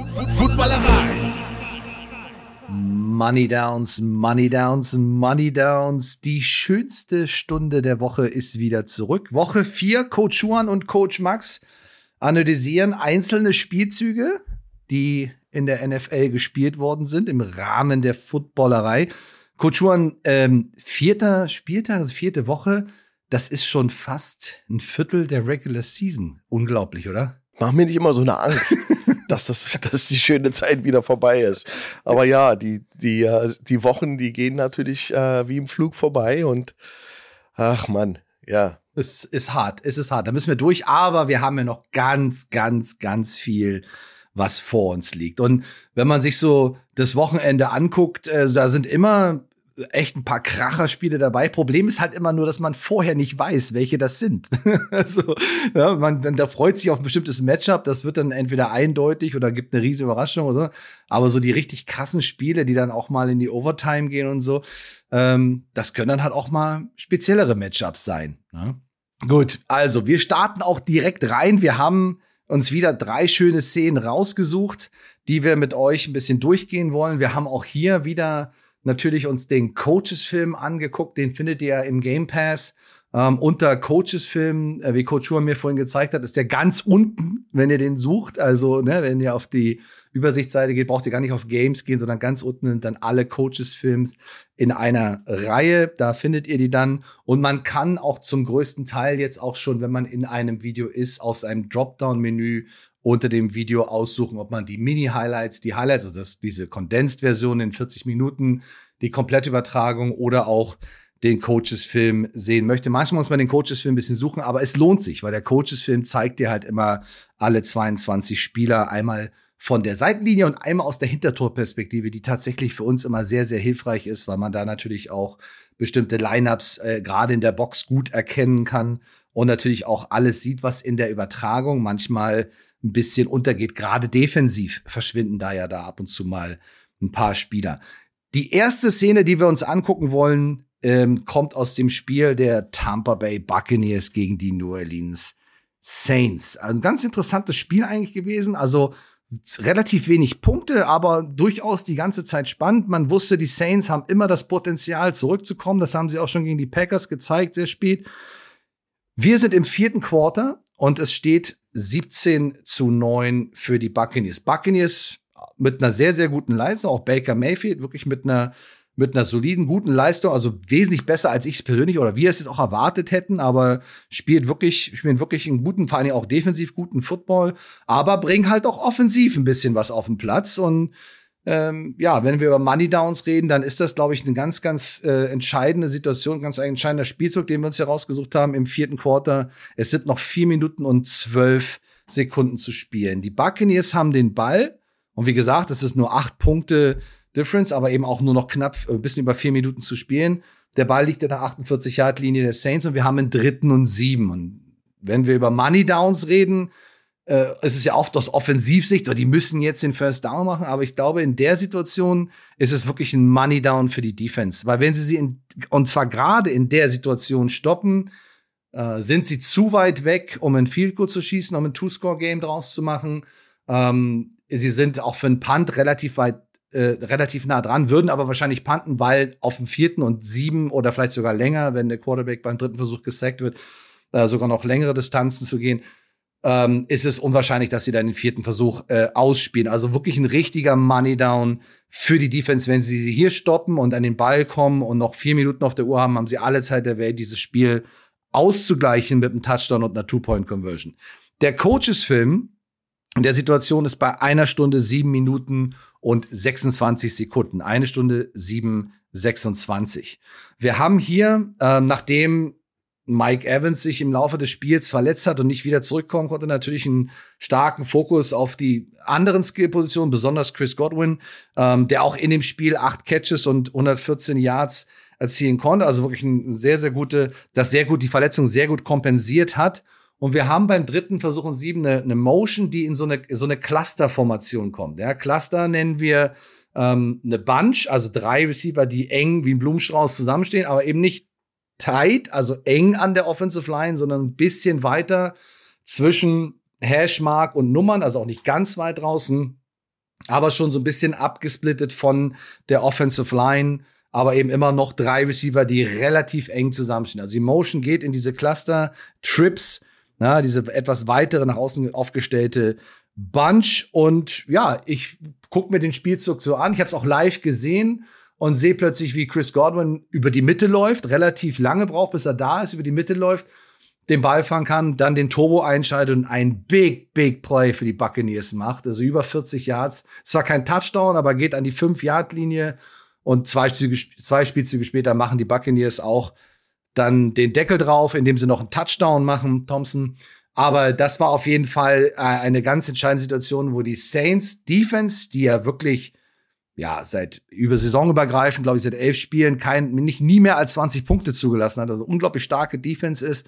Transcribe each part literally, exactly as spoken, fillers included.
Footballerei. Money Downs, Money Downs, Money Downs. Die schönste Stunde der Woche ist wieder zurück. Woche vier, Coach Juan und Coach Max analysieren einzelne Spielzüge, die in der N F L gespielt worden sind, im Rahmen der Footballerei. Coach Juan, ähm, vierter Spieltag, also vierte Woche, das ist schon fast ein Viertel der Regular Season. Unglaublich, oder? Mach mir nicht immer so eine Angst, dass, das, dass die schöne Zeit wieder vorbei ist. Aber ja, die, die, die Wochen, die gehen natürlich äh, wie im Flug vorbei und ach Mann, ja. Es ist hart, es ist hart, da müssen wir durch, aber wir haben ja noch ganz, ganz, ganz viel, was vor uns liegt. Und wenn man sich so das Wochenende anguckt, äh, da sind immer echt ein paar Kracherspiele dabei. Problem ist halt immer nur, dass man vorher nicht weiß, welche das sind. Also, ja, man da freut sich auf ein bestimmtes Matchup, das wird dann entweder eindeutig oder gibt eine riesige Überraschung oder so. Aber so die richtig krassen Spiele, die dann auch mal in die Overtime gehen und so, ähm, das können dann halt auch mal speziellere Matchups sein. Ne? Gut, also wir starten auch direkt rein. Wir haben uns wieder drei schöne Szenen rausgesucht, die wir mit euch ein bisschen durchgehen wollen. Wir haben auch hier wieder natürlich uns den Coaches-Film angeguckt. Den findet ihr im Game Pass. Ähm, unter Coaches-Film, äh, wie Coach Schuher mir vorhin gezeigt hat, ist der ganz unten, wenn ihr den sucht. Also, ne, wenn ihr auf die Übersichtsseite geht, braucht ihr gar nicht auf Games gehen, sondern ganz unten sind dann alle Coaches-Films in einer Reihe. Da findet ihr die dann. Und man kann auch zum größten Teil jetzt auch schon, wenn man in einem Video ist, aus einem Dropdown-Menü unter dem Video aussuchen, ob man die Mini-Highlights, die Highlights, also das, diese Condensed-Version in vierzig Minuten, die Komplettübertragung oder auch den Coaches-Film sehen möchte. Manchmal muss man den Coaches-Film ein bisschen suchen, aber es lohnt sich, weil der Coaches-Film zeigt dir halt immer alle zweiundzwanzig Spieler einmal von der Seitenlinie und einmal aus der Hintertorperspektive, die tatsächlich für uns immer sehr, sehr hilfreich ist, weil man da natürlich auch bestimmte Lineups äh, gerade in der Box gut erkennen kann und natürlich auch alles sieht, was in der Übertragung manchmal ein bisschen untergeht. Gerade defensiv verschwinden da ja da ab und zu mal ein paar Spieler. Die erste Szene, die wir uns angucken wollen, ähm, kommt aus dem Spiel der Tampa Bay Buccaneers gegen die New Orleans Saints. Ein ganz interessantes Spiel eigentlich gewesen. Also relativ wenig Punkte, aber durchaus die ganze Zeit spannend. Man wusste, die Saints haben immer das Potenzial, zurückzukommen. Das haben sie auch schon gegen die Packers gezeigt, sehr spät. Wir sind im vierten Quarter und es steht siebzehn zu neun für die Buccaneers. Buccaneers mit einer sehr, sehr guten Leistung. Auch Baker Mayfield wirklich mit einer, mit einer soliden, guten Leistung. Also wesentlich besser, als ich es persönlich oder wir es jetzt auch erwartet hätten. Aber spielt wirklich, spielen wirklich einen guten, vor allem auch defensiv guten Football. Aber bringen halt auch offensiv ein bisschen was auf den Platz. Und ähm, ja, wenn wir über Money Downs reden, dann ist das, glaube ich, eine ganz, ganz äh, entscheidende Situation, ganz entscheidender Spielzug, den wir uns hier rausgesucht haben im vierten Quarter. Es sind noch vier Minuten und zwölf Sekunden zu spielen. Die Buccaneers haben den Ball. Und wie gesagt, es ist nur acht Punkte Difference, aber eben auch nur noch knapp ein bisschen über vier Minuten zu spielen. Der Ball liegt in der achtundvierzig-Yard-Linie der Saints und wir haben einen dritten und sieben. Und wenn wir über Money Downs reden, äh, es ist ja oft aus Offensivsicht, oder die müssen jetzt den First Down machen, aber ich glaube, in der Situation ist es wirklich ein Money Down für die Defense. Weil wenn sie sie, in, und zwar gerade in der Situation stoppen, äh, sind sie zu weit weg, um ein Field Goal zu schießen, um ein Two-Score-Game draus zu machen. Ähm, sie sind auch für einen Punt relativ weit, äh, relativ nah dran, würden aber wahrscheinlich punten, weil auf dem vierten und sieben oder vielleicht sogar länger, wenn der Quarterback beim dritten Versuch gesackt wird, äh, sogar noch längere Distanzen zu gehen, ähm, ist es unwahrscheinlich, dass sie dann den vierten Versuch äh, ausspielen. Also wirklich ein richtiger Money-Down für die Defense. Wenn sie sie hier stoppen und an den Ball kommen und noch vier Minuten auf der Uhr haben, haben sie alle Zeit der Welt, dieses Spiel auszugleichen mit einem Touchdown und einer Two-Point-Conversion. Der Coaches-Film in der Situation ist bei einer Stunde sieben Minuten und sechsundzwanzig Sekunden. Eine Stunde sieben, sechsundzwanzig. Wir haben hier, äh, nachdem Mike Evans sich im Laufe des Spiels verletzt hat und nicht wieder zurückkommen konnte, natürlich einen starken Fokus auf die anderen Skillpositionen, besonders Chris Godwin, ähm, der auch in dem Spiel acht Catches und hundertvierzehn Yards erzielen konnte. Also wirklich ein sehr, sehr gute, das sehr gut die Verletzung sehr gut kompensiert hat. Und wir haben beim dritten Versuch und sieben eine, eine Motion, die in so eine, so eine Cluster-Formation kommt. Ja, Cluster nennen wir ähm, eine Bunch, also drei Receiver, die eng wie ein Blumenstrauß zusammenstehen, aber eben nicht tight, also eng an der Offensive Line, sondern ein bisschen weiter zwischen Hashmark und Nummern, also auch nicht ganz weit draußen. aber schon so ein bisschen abgesplittet von der Offensive Line, aber eben immer noch drei Receiver, die relativ eng zusammenstehen. Also die Motion geht in diese Cluster, Trips, na, diese etwas weitere, nach außen aufgestellte Bunch. Und ja, ich gucke mir den Spielzug so an. Ich habe es auch live gesehen und sehe plötzlich, wie Chris Godwin über die Mitte läuft, relativ lange braucht, bis er da ist, über die Mitte läuft, den Ball fangen kann, dann den Turbo einschaltet und ein big, big Play für die Buccaneers macht. Also über vierzig Yards. Zwar kein Touchdown, aber geht an die fünf-Yard-Linie. Und zwei, Züge, zwei Spielzüge später machen die Buccaneers auch dann den Deckel drauf, indem sie noch einen Touchdown machen, Thompson. Aber das war auf jeden Fall äh, eine ganz entscheidende Situation, wo die Saints Defense, die ja wirklich ja seit über saisonübergreifend, glaube ich, seit elf Spielen kein, nicht nie mehr als zwanzig Punkte zugelassen hat, also unglaublich starke Defense ist,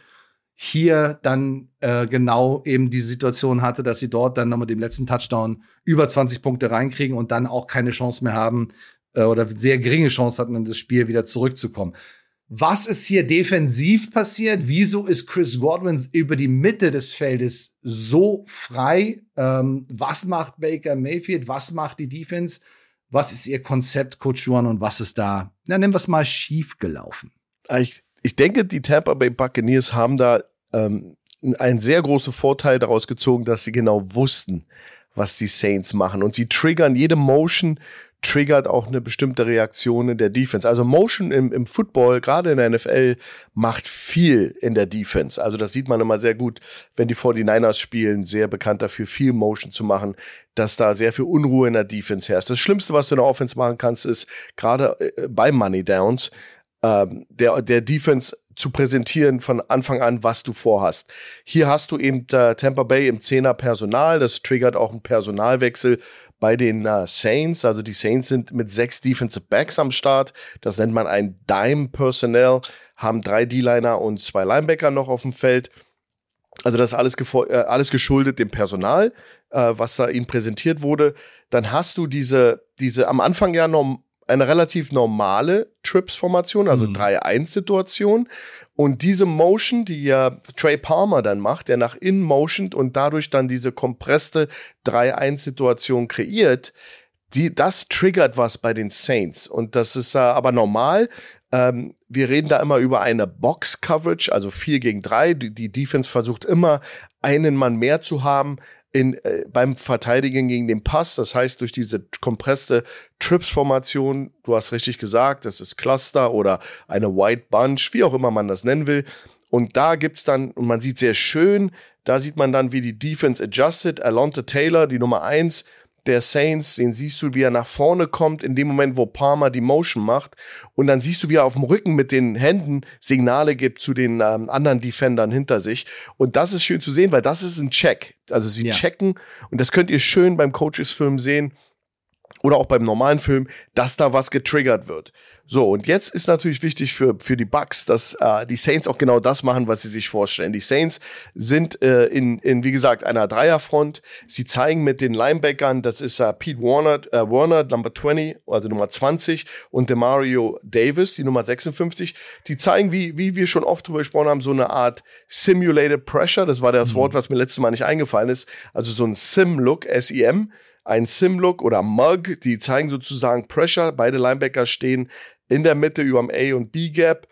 hier dann äh, genau eben diese Situation hatte, dass sie dort dann noch mit dem letzten Touchdown über zwanzig Punkte reinkriegen und dann auch keine Chance mehr haben äh, oder sehr geringe Chance hatten, in das Spiel wieder zurückzukommen. Was ist hier defensiv passiert? Wieso ist Chris Godwin über die Mitte des Feldes so frei? Ähm, was macht Baker Mayfield? Was macht die Defense? Was ist ihr Konzept, Coach Juan, und was ist da, na, nennen wir es mal, schief gelaufen? Ich, ich denke, die Tampa Bay Buccaneers haben da ähm, einen sehr großen Vorteil daraus gezogen, dass sie genau wussten, was die Saints machen. Und sie triggern jede Motion, triggert auch eine bestimmte Reaktion in der Defense. Also Motion im, im Football, gerade in der N F L, macht viel in der Defense. Also das sieht man immer sehr gut, wenn die forty-niners spielen, sehr bekannt dafür, viel Motion zu machen, dass da sehr viel Unruhe in der Defense herrscht. Das Schlimmste, was du in der Offense machen kannst, ist gerade äh, bei Money Downs, ähm, der, der Defense zu präsentieren von Anfang an, was du vorhast. Hier hast du eben äh, Tampa Bay im Zehner Personal, das triggert auch einen Personalwechsel bei den äh, Saints. Also die Saints sind mit sechs Defensive Backs am Start, das nennt man ein Dime Personnel, haben drei D-Liner und zwei Linebacker noch auf dem Feld. Also das ist alles, äh, alles geschuldet dem Personal, äh, was da ihnen präsentiert wurde. Dann hast du diese, diese am Anfang ja noch eine relativ normale Trips-Formation, also mhm. drei eins Situation. Und diese Motion, die ja Trey Palmer dann macht, der nach innen motioned und dadurch dann diese kompresste drei eins Situation kreiert, die, das triggert was bei den Saints. Und das ist äh, aber normal. Ähm, wir reden da immer über eine Box-Coverage, also vier gegen drei. Die, die Defense versucht immer, einen Mann mehr zu haben in, äh, beim Verteidigen gegen den Pass. Das heißt, durch diese kompresste Trips-Formation, du hast richtig gesagt, das ist Cluster oder eine White Bunch, wie auch immer man das nennen will. Und da gibt's dann, und man sieht sehr schön, da sieht man dann, wie die Defense adjusted. Alonte Taylor, die Nummer eins der Saints, den siehst du, wie er nach vorne kommt, in dem Moment, wo Palmer die Motion macht. Und dann siehst du, wie er auf dem Rücken mit den Händen Signale gibt zu den ähm, anderen Defendern hinter sich. Und das ist schön zu sehen, weil das ist ein Check. Also sie ja. checken, und das könnt ihr schön beim Coaches-Film sehen oder auch beim normalen Film, dass da was getriggert wird. So, und jetzt ist natürlich wichtig für, für die Bucks, dass äh, die Saints auch genau das machen, was sie sich vorstellen. Die Saints sind äh, in, in, wie gesagt, einer Dreierfront. Sie zeigen mit den Linebackern, das ist äh, Pete Warner, äh, Warner, Number zwanzig, also Nummer zwanzig, und Demario Davis, die Nummer sechsundfünfzig. Die zeigen, wie, wie wir schon oft drüber gesprochen haben, so eine Art Simulated Pressure. Das war das mhm. Wort, was mir letztes Mal nicht eingefallen ist. Also so ein Sim-Look, S I M. Ein Sim-Look oder Mug, die zeigen sozusagen Pressure. Beide Linebacker stehen in der Mitte über dem A- und B-Gap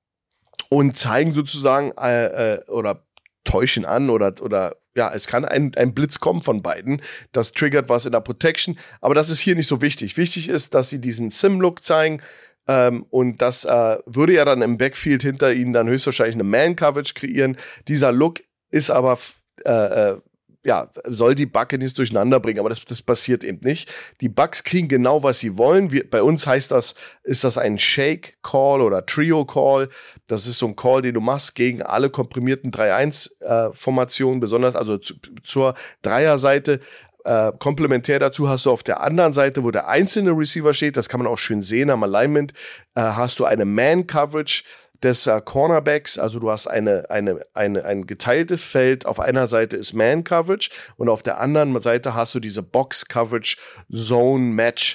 und zeigen sozusagen äh, äh, oder täuschen an oder, oder ja, es kann ein, ein Blitz kommen von beiden. Das triggert was in der Protection, aber das ist hier nicht so wichtig. Wichtig ist, dass sie diesen Sim-Look zeigen, ähm, und das äh, würde ja dann im Backfield hinter ihnen dann höchstwahrscheinlich eine Man-Coverage kreieren. Dieser Look ist aber äh, äh, ja, soll die Buccaneers durcheinander bringen, aber das, das passiert eben nicht. Die Bucks kriegen genau, was sie wollen. Wir, bei uns heißt das, ist das ein Shake-Call oder Trio-Call. Das ist so ein Call, den du machst gegen alle komprimierten drei eins Formationen, besonders also zu, zur Dreierseite. Äh, komplementär dazu hast du auf der anderen Seite, wo der einzelne Receiver steht, das kann man auch schön sehen am Alignment, äh, hast du eine Man-Coverage des äh, Cornerbacks, also du hast eine, eine, eine, ein geteiltes Feld. Auf einer Seite ist Man-Coverage und auf der anderen Seite hast du diese Box-Coverage-Zone-Match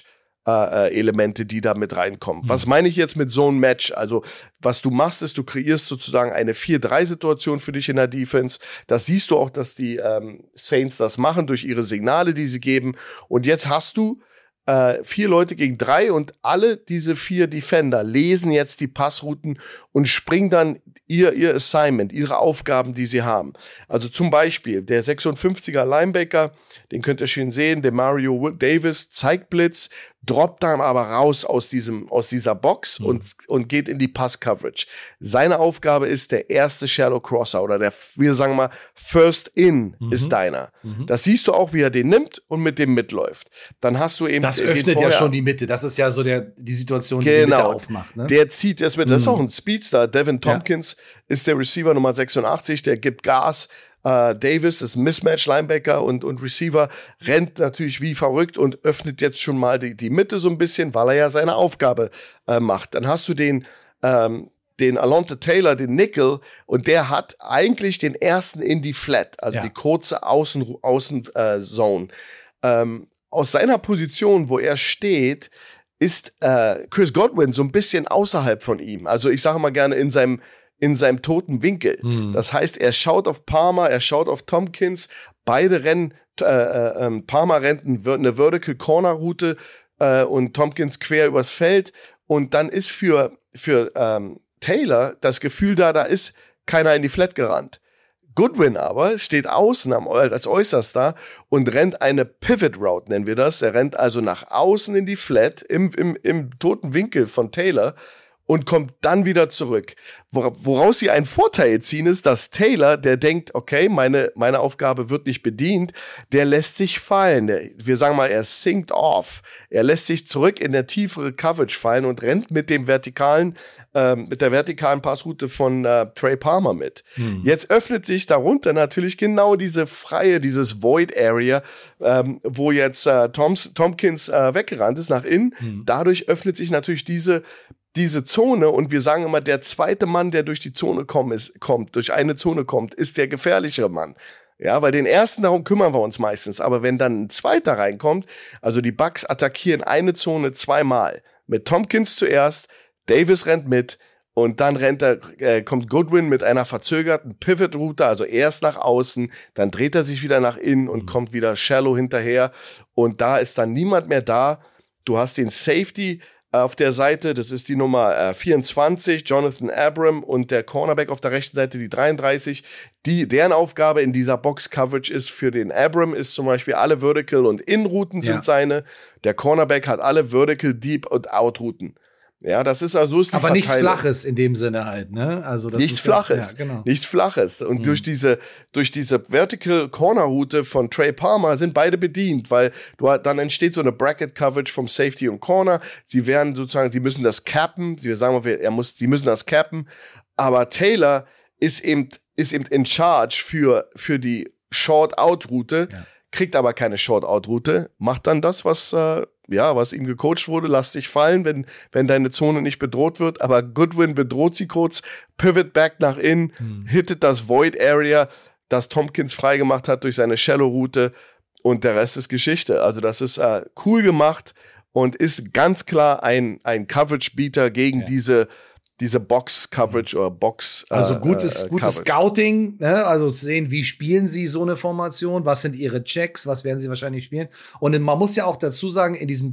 äh, Elemente, die da mit reinkommen. Mhm. Was meine ich jetzt mit so einem Match? Also, was du machst, ist, du kreierst sozusagen eine vier drei Situation für dich in der Defense. Das siehst du auch, dass die ähm, Saints das machen durch ihre Signale, die sie geben. Und jetzt hast du äh, vier Leute gegen drei und alle diese vier Defender lesen jetzt die Passrouten und springen dann ihr, ihr Assignment, ihre Aufgaben, die sie haben. Also zum Beispiel der sechsundfünfziger Linebacker, den könnt ihr schön sehen, der Mario Davis zeigt Blitz, droppt dann aber raus aus diesem, aus dieser Box mhm. und, und geht in die Pass-Coverage. Seine Aufgabe ist der erste Shallow Crosser oder der, wir sagen mal, First In mhm. ist deiner. Mhm. Das siehst du auch, wie er den nimmt und mit dem mitläuft. Dann hast du eben. Das öffnet ja schon die Mitte. Das ist ja so der, die Situation, die genau. die Mitte aufmacht. Ne? Der zieht jetzt mit. Mhm. Das ist auch ein Speedstar. Devin Tompkins ja. ist der Receiver Nummer sechsundachtzig, der gibt Gas. Uh, Davis ist Mismatch-Linebacker und, und Receiver, rennt natürlich wie verrückt und öffnet jetzt schon mal die, die Mitte so ein bisschen, weil er ja seine Aufgabe äh, macht. Dann hast du den, ähm, den Alonte Taylor, den Nickel, und der hat eigentlich den ersten in die Flat, also ja. die kurze Außen, Außen äh, Zone. Ähm, aus seiner Position, wo er steht, ist äh, Chris Godwin so ein bisschen außerhalb von ihm. Also ich sage mal gerne in seinem in seinem toten Winkel. Mhm. Das heißt, er schaut auf Palmer, er schaut auf Tompkins, beide rennen, äh, äh, Palmer rennt eine Vertical Corner Route äh, und Tompkins quer übers Feld und dann ist für, für ähm, Taylor das Gefühl da, da ist keiner in die Flat gerannt. Goodwin aber steht außen am, als Äußerster und rennt eine Pivot Route, nennen wir das. Er rennt also nach außen in die Flat im, im, im toten Winkel von Taylor und kommt dann wieder zurück. Woraus sie einen Vorteil ziehen, ist, dass Taylor, der denkt, okay, meine, meine Aufgabe wird nicht bedient, der lässt sich fallen. Der, wir sagen mal, er sinkt off. Er lässt sich zurück in der tiefere Coverage fallen und rennt mit dem vertikalen, ähm, mit der vertikalen Passroute von äh, Trey Palmer mit. Hm. Jetzt öffnet sich darunter natürlich genau diese freie, dieses Void Area, ähm, wo jetzt äh, Toms, Tompkins äh, weggerannt ist nach innen. Hm. Dadurch öffnet sich natürlich diese diese Zone und wir sagen immer, der zweite Mann, der durch die Zone kommt, ist, kommt, durch eine Zone kommt, ist der gefährlichere Mann. Ja, weil den ersten, darum kümmern wir uns meistens. Aber wenn dann ein zweiter reinkommt, also die Bucks attackieren eine Zone zweimal. Mit Tompkins zuerst, Davis rennt mit und dann rennt er, äh, kommt Goodwin mit einer verzögerten Pivot-Route, also erst nach außen, dann dreht er sich wieder nach innen und mhm. kommt wieder shallow hinterher. Und da ist dann niemand mehr da. Du hast den Safety auf der Seite, das ist die Nummer äh, vierundzwanzig, Jonathan Abram, und der Cornerback auf der rechten Seite, die dreiunddreißig. Die, deren Aufgabe in dieser Box-Coverage ist für den Abram, ist zum Beispiel alle Vertical- und In-Routen sind ja. seine. Der Cornerback hat alle Vertical, Deep- und Out-Routen. Ja, das ist also ist die aber nichts Flaches in dem Sinne halt, ne? Also das nichts Flaches, ja, genau. nichts Flaches. Und mhm. durch diese durch diese Vertical Corner Route von Trey Palmer sind beide bedient, weil du dann entsteht so eine Bracket Coverage vom Safety und Corner. Sie werden sozusagen, sie müssen das cappen. Sie sagen wir, er muss, sie müssen das cappen. Aber Taylor ist eben ist eben in charge für für die Short Out Route, ja. kriegt aber keine Short Out Route, macht dann das, was äh, ja, was ihm gecoacht wurde, lass dich fallen, wenn, wenn deine Zone nicht bedroht wird. Aber Goodwin bedroht sie kurz, pivot back nach innen, hm. hittet das Void Area, das Tompkins freigemacht hat durch seine Shallow-Route und der Rest ist Geschichte. Also das ist äh, cool gemacht und ist ganz klar ein, ein Coverage-Beater gegen ja. diese diese Box-Coverage oder Box äh, Also gutes, äh, gutes Scouting, ne? Also zu sehen, wie spielen sie so eine Formation, was sind ihre Checks, was werden sie wahrscheinlich spielen. Und man muss ja auch dazu sagen, in diesen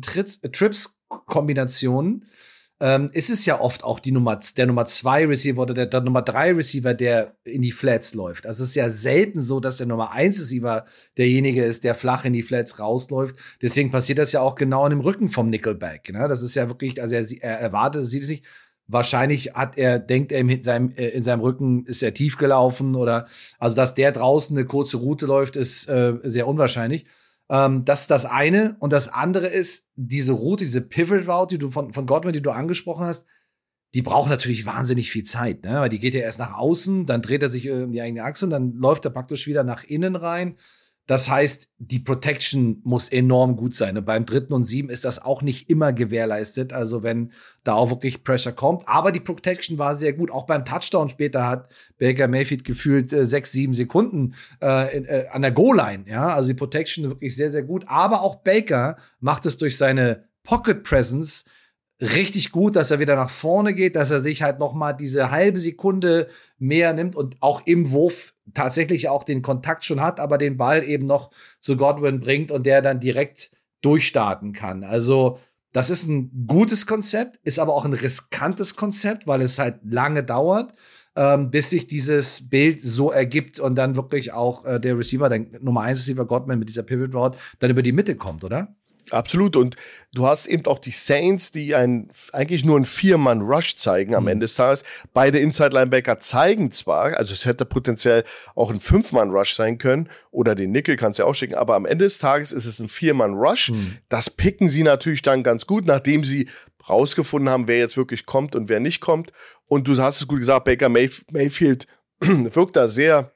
Trips-Kombinationen ähm, ist es ja oft auch die Nummer, der Nummer zwei Receiver oder der, der Nummer drei Receiver, der in die Flats läuft. Also es ist ja selten so, dass der Nummer eins Receiver derjenige ist, der flach in die Flats rausläuft. Deswegen passiert das ja auch genau in dem Rücken vom Nickelback. Ne? Das ist ja wirklich, also er, er erwartet, sieht es nicht. Wahrscheinlich hat er, denkt er in seinem, in seinem Rücken, ist er tief gelaufen oder, also dass der draußen eine kurze Route läuft, ist äh, sehr unwahrscheinlich. Ähm, das ist das eine. Und das andere ist, diese Route, diese Pivot Route, die du von, von Godwin, die du angesprochen hast, die braucht natürlich wahnsinnig viel Zeit, ne? Weil die geht ja erst nach außen, dann dreht er sich um die eigene Achse und dann läuft er praktisch wieder nach innen rein. Das heißt, die Protection muss enorm gut sein. Und beim dritten und sieben ist das auch nicht immer gewährleistet. Also wenn da auch wirklich Pressure kommt. Aber die Protection war sehr gut. Auch beim Touchdown später hat Baker Mayfield gefühlt äh, sechs, sieben Sekunden äh, in, äh, an der Goal-Line. Ja, also die Protection wirklich sehr, sehr gut. Aber auch Baker macht es durch seine Pocket Presence richtig gut, dass er wieder nach vorne geht, dass er sich halt noch mal diese halbe Sekunde mehr nimmt und auch im Wurf tatsächlich auch den Kontakt schon hat, aber den Ball eben noch zu Godwin bringt und der dann direkt durchstarten kann. Also das ist ein gutes Konzept, ist aber auch ein riskantes Konzept, weil es halt lange dauert, ähm, bis sich dieses Bild so ergibt und dann wirklich auch äh, der Receiver, der Nummer eins Receiver Godwin mit dieser Pivot Route dann über die Mitte kommt, oder? Absolut. Und du hast eben auch die Saints, die ein, eigentlich nur einen Vier-Mann-Rush zeigen am mhm. Ende des Tages. Beide Inside-Linebacker zeigen zwar, also es hätte potenziell auch ein Fünf-Mann-Rush sein können oder den Nickel kannst du ja auch schicken, aber am Ende des Tages ist es ein Vier-Mann-Rush. Mhm. Das picken sie natürlich dann ganz gut, nachdem sie rausgefunden haben, wer jetzt wirklich kommt und wer nicht kommt. Und du hast es gut gesagt, Baker Mayf- Mayfield wirkt da sehr,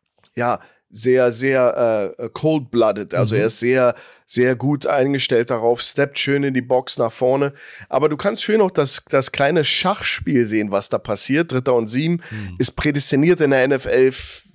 ja, sehr, sehr äh, cold-blooded. Also mhm. er ist sehr, sehr gut eingestellt darauf, steppt schön in die Box nach vorne. Aber du kannst schön auch das, das kleine Schachspiel sehen, was da passiert. Dritter und sieben mhm. ist prädestiniert in der N F L.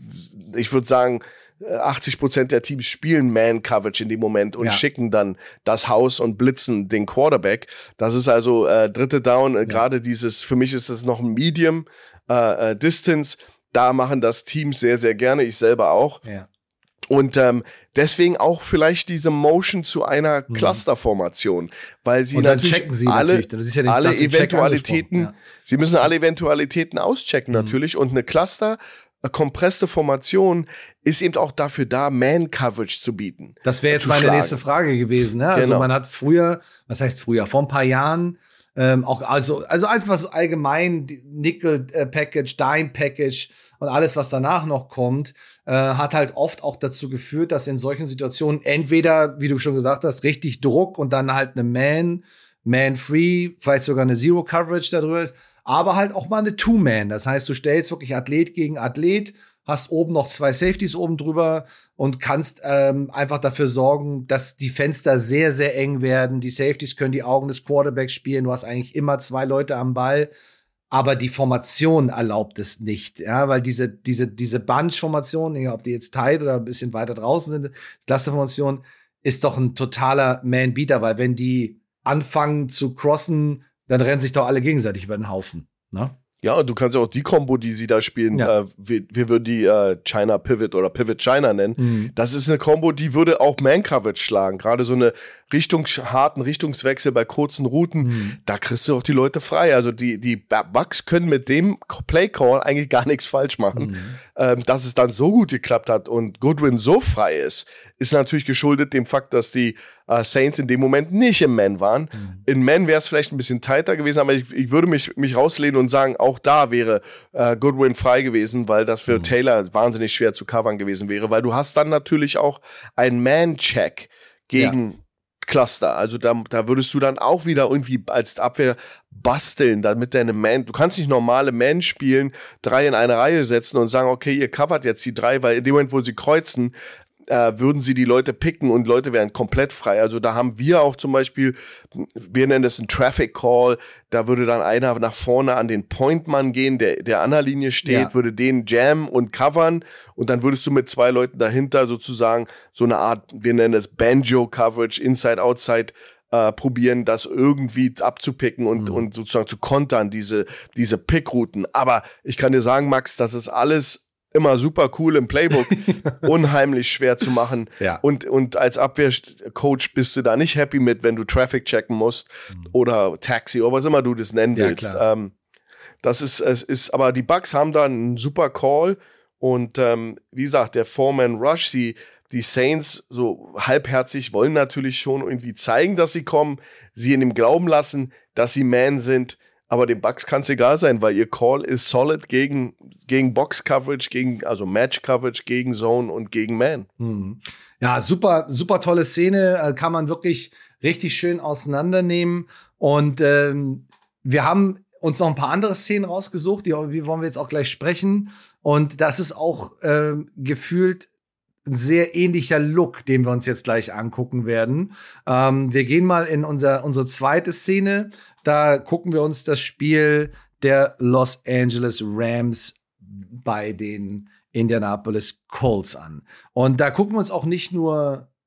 Ich würde sagen, achtzig Prozent der Teams spielen Man-Coverage in dem Moment und ja. schicken dann das Haus und blitzen den Quarterback. Das ist also äh, dritte Down. Ja. Gerade dieses, für mich ist das noch ein Medium äh, äh, Distance. Da machen das Teams sehr, sehr gerne, ich selber auch. Ja. Und ähm, deswegen auch vielleicht diese Motion zu einer mhm. Clusterformation, weil sie und dann natürlich checken sie alle, natürlich. Das ist ja den, alle Eventualitäten, ja. sie müssen alle Eventualitäten auschecken mhm. natürlich. Und eine Cluster, eine kompresste Formation ist eben auch dafür da, Man-Coverage zu bieten. Das wäre jetzt meine schlagen. nächste Frage gewesen. Ne? Also genau. man hat früher, was heißt früher, vor ein paar Jahren Ähm, auch also also einfach so allgemein Nickel äh, Package, Dime Package und alles was danach noch kommt, äh, hat halt oft auch dazu geführt, dass in solchen Situationen entweder, wie du schon gesagt hast, richtig Druck und dann halt eine Man, Man Free, vielleicht sogar eine Zero Coverage darüber ist, aber halt auch mal eine Two Man. Das heißt, du stellst wirklich Athlet gegen Athlet, hast oben noch zwei Safeties oben drüber und kannst ähm, einfach dafür sorgen, dass die Fenster sehr, sehr eng werden. Die Safeties können die Augen des Quarterbacks spielen. Du hast eigentlich immer zwei Leute am Ball. Aber die Formation erlaubt es nicht, ja, weil diese, diese, diese Bunch-Formation, ob die jetzt tight oder ein bisschen weiter draußen sind, Cluster-Formation, ist doch ein totaler Man-Beater, weil wenn die anfangen zu crossen, dann rennen sich doch alle gegenseitig über den Haufen, ne? Ja, und du kannst ja auch die Kombo, die sie da spielen, ja. äh, wir, wir würden die äh, China Pivot oder Pivot China nennen. Mhm. Das ist eine Kombo, die würde auch Man-Coverage schlagen. Gerade so eine Richtungs harten Richtungswechsel bei kurzen Routen, mhm. da kriegst du auch die Leute frei. Also die, die Bucks können mit dem Play-Call eigentlich gar nichts falsch machen. Mhm. Ähm, dass es dann so gut geklappt hat und Goodwin so frei ist, ist natürlich geschuldet dem Fakt, dass die äh, Saints in dem Moment nicht im Man waren. Mhm. In Man wäre es vielleicht ein bisschen tighter gewesen, aber ich, ich würde mich, mich rauslehnen und sagen, auch da wäre äh, Goodwin frei gewesen, weil das für mhm. Taylor wahnsinnig schwer zu covern gewesen wäre, weil du hast dann natürlich auch einen Man-Check gegen ja. Cluster. Also da, da würdest du dann auch wieder irgendwie als Abwehr basteln, damit deine Man, du kannst nicht normale Man spielen, drei in eine Reihe setzen und sagen, okay, ihr covert jetzt die drei, weil in dem Moment, wo sie kreuzen, Äh, würden sie die Leute picken und Leute wären komplett frei. Also da haben wir auch zum Beispiel, wir nennen das ein Traffic Call, da würde dann einer nach vorne an den Point-Mann gehen, der, der an der Linie steht, ja. würde den jammen und covern und dann würdest du mit zwei Leuten dahinter sozusagen so eine Art, wir nennen das Banjo-Coverage, Inside-Outside, äh, probieren, das irgendwie abzupicken und, mhm. und sozusagen zu kontern, diese, diese Pickrouten. Aber ich kann dir sagen, Max, das ist alles immer super cool im Playbook, unheimlich schwer zu machen. Ja. Und, und als Abwehrcoach bist du da nicht happy mit, wenn du Traffic checken musst mhm. oder Taxi oder was immer du das nennen willst. Ja, ähm, das ist, es ist, aber die Bucks haben da einen super Call und ähm, wie gesagt, der Four-Man-Rush, die, die Saints so halbherzig wollen natürlich schon irgendwie zeigen, dass sie kommen, sie in dem Glauben lassen, dass sie Man sind. Aber den Bucks kann es egal sein, weil ihr Call ist solid gegen, gegen Box-Coverage, gegen, also Match-Coverage, gegen Zone und gegen Man. Mhm. Ja, super, super tolle Szene. Kann man wirklich richtig schön auseinandernehmen. Und ähm, wir haben uns noch ein paar andere Szenen rausgesucht, die, die wollen wir jetzt auch gleich sprechen. Und das ist auch äh, gefühlt ein sehr ähnlicher Look, den wir uns jetzt gleich angucken werden. Ähm, wir gehen mal in unser, unsere zweite Szene. Da gucken wir uns das Spiel der Los Angeles Rams bei den Indianapolis Colts an. Und da gucken wir uns auch nicht nur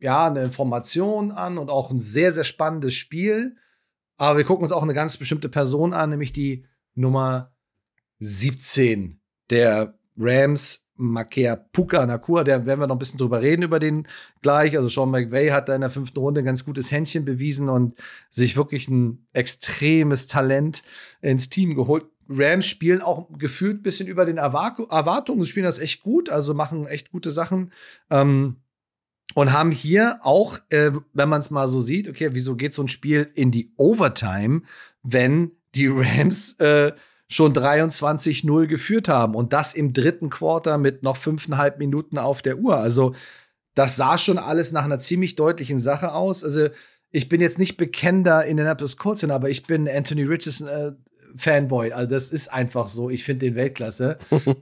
ja, eine Formation an und auch ein sehr, sehr spannendes Spiel. Aber wir gucken uns auch eine ganz bestimmte Person an, nämlich die Nummer siebzehn der Rams, Makea Puka Nacua. Da werden wir noch ein bisschen drüber reden, über den gleich. Also Sean McVay hat da in der fünften Runde ein ganz gutes Händchen bewiesen und sich wirklich ein extremes Talent ins Team geholt. Rams spielen auch gefühlt ein bisschen über den Erwartungen. Sie spielen das echt gut, also machen echt gute Sachen. Ähm, und haben hier auch, äh, wenn man es mal so sieht, okay, wieso geht so ein Spiel in die Overtime, wenn die Rams äh, schon dreiundzwanzig null geführt haben und das im dritten Quarter mit noch fünfeinhalb Minuten auf der Uhr. Also das sah schon alles nach einer ziemlich deutlichen Sache aus. Also ich bin jetzt nicht bekennender Indianapolis Colts, aber ich bin Anthony Richardson äh, Fanboy. Also das ist einfach so. Ich finde den Weltklasse.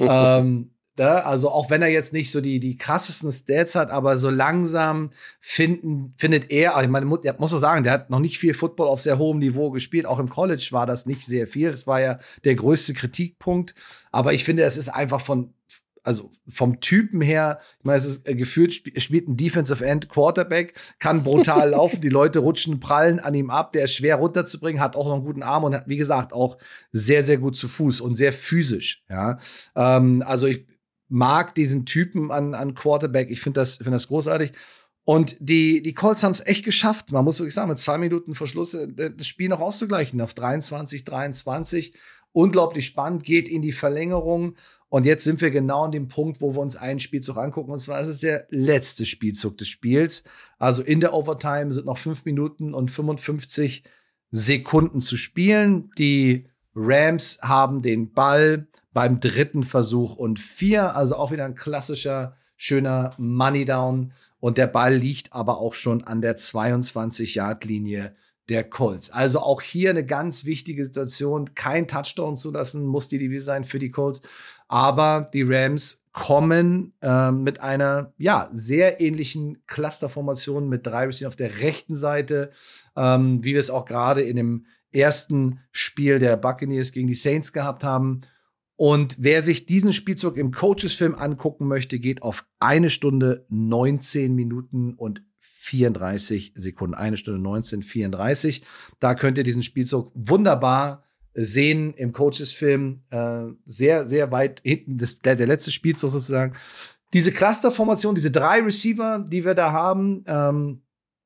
ähm, da, also auch wenn er jetzt nicht so die, die krassesten Stats hat, aber so langsam finden, findet er, ich meine, muss, muss auch sagen, der hat noch nicht viel Football auf sehr hohem Niveau gespielt. Auch im College war das nicht sehr viel. Das war ja der größte Kritikpunkt. Aber ich finde, es ist einfach von also vom Typen her, ich meine, es ist äh, gefühlt, sp- spielt ein Defensive End Quarterback, kann brutal laufen, die Leute rutschen, prallen an ihm ab, der ist schwer runterzubringen, hat auch noch einen guten Arm und hat, wie gesagt, auch sehr, sehr gut zu Fuß und sehr physisch, ja. Ähm, also ich mag diesen Typen an, an Quarterback, ich finde das, finde das großartig. Und die, die Colts haben es echt geschafft, man muss wirklich sagen, mit zwei Minuten Verschluss äh, das Spiel noch auszugleichen auf dreiundzwanzig dreiundzwanzig. Unglaublich spannend, geht in die Verlängerung. Und jetzt sind wir genau an dem Punkt, wo wir uns einen Spielzug angucken. Und zwar ist es der letzte Spielzug des Spiels. Also in der Overtime sind noch fünf Minuten und fünfundfünfzig Sekunden zu spielen. Die Rams haben den Ball beim dritten Versuch und vier. Also auch wieder ein klassischer, schöner Money Down. Und der Ball liegt aber auch schon an der zweiundzwanzig-Yard-Linie der Colts. Also auch hier eine ganz wichtige Situation. Kein Touchdown zulassen, muss die Devise sein für die Colts. Aber die Rams kommen äh, mit einer ja sehr ähnlichen Clusterformation mit drei Receivern auf der rechten Seite, ähm, wie wir es auch gerade in dem ersten Spiel der Buccaneers gegen die Saints gehabt haben. Und wer sich diesen Spielzug im Coaches-Film angucken möchte, geht auf eine Stunde neunzehn Minuten und vierunddreißig Sekunden. Eine Stunde neunzehn, vierunddreißig. Da könnt ihr diesen Spielzug wunderbar sehen im Coaches-Film. Äh, sehr, sehr weit hinten, das, der, der letzte Spielzug sozusagen. Diese Clusterformation, diese drei Receiver, die wir da haben, ähm,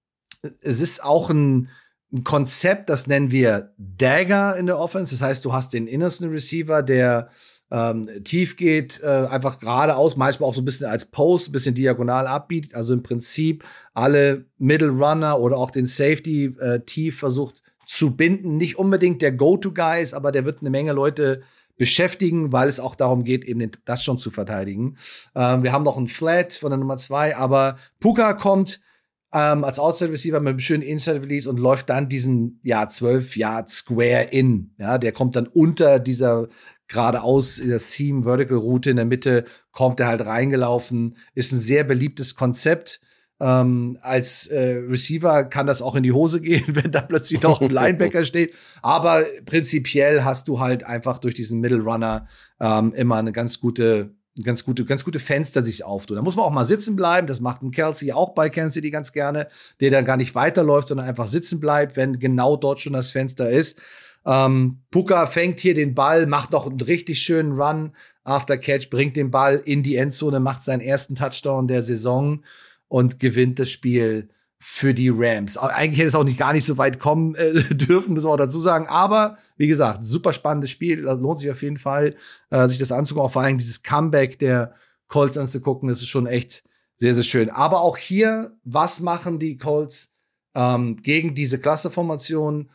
es ist auch ein, ein Konzept, das nennen wir Dagger in der Offense. Das heißt, du hast den innersten Receiver, der ähm, tief geht, äh, einfach geradeaus, manchmal auch so ein bisschen als Post, ein bisschen diagonal abbietet. Also im Prinzip alle Middle Runner oder auch den Safety äh, tief versucht zu binden. Nicht unbedingt der Go-To-Guy ist, aber der wird eine Menge Leute beschäftigen, weil es auch darum geht, eben das schon zu verteidigen. Ähm, wir haben noch einen Flat von der Nummer zwei, aber Puka kommt ähm, als Outside-Receiver mit einem schönen Inside-Release und läuft dann diesen, ja, zwölf Yard Square in. Ja, der kommt dann unter dieser geradeaus, dieser Seam-Vertical-Route in der Mitte, kommt er halt reingelaufen. Ist ein sehr beliebtes Konzept. Ähm, als äh, Receiver kann das auch in die Hose gehen, wenn da plötzlich noch ein Linebacker steht. Aber prinzipiell hast du halt einfach durch diesen Middle Runner ähm, immer eine ganz gute, ganz gute, ganz gute Fenster sich auftun. Da muss man auch mal sitzen bleiben. Das macht ein Kelsey auch bei Kansas City ganz gerne, der dann gar nicht weiterläuft, sondern einfach sitzen bleibt, wenn genau dort schon das Fenster ist. Ähm, Puka fängt hier den Ball, macht noch einen richtig schönen Run after Catch, bringt den Ball in die Endzone, macht seinen ersten Touchdown der Saison und gewinnt das Spiel für die Rams. Eigentlich hätte es auch nicht gar nicht so weit kommen äh, dürfen, müssen wir auch dazu sagen. Aber wie gesagt, super spannendes Spiel. Das lohnt sich auf jeden Fall, äh, sich das anzugucken. Auch vor allem dieses Comeback der Colts anzugucken. Das ist schon echt sehr, sehr schön. Aber auch hier, was machen die Colts ähm, gegen diese Klasseformation?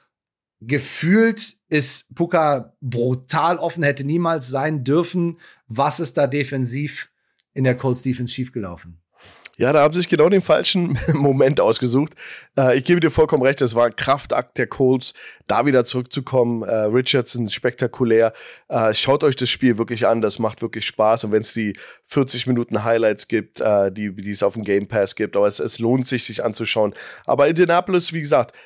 Gefühlt ist Puka brutal offen, hätte niemals sein dürfen. Was ist da defensiv in der Colts Defense schiefgelaufen? Ja, da haben sie sich genau den falschen Moment ausgesucht. Äh, ich gebe dir vollkommen recht, es war ein Kraftakt der Colts, da wieder zurückzukommen. Äh, Richardson, spektakulär. Äh, schaut euch das Spiel wirklich an, das macht wirklich Spaß. Und wenn es die vierzig Minuten Highlights gibt, äh, die, die es auf dem Game Pass gibt, aber es, es lohnt sich, sich anzuschauen. Aber Indianapolis, wie gesagt,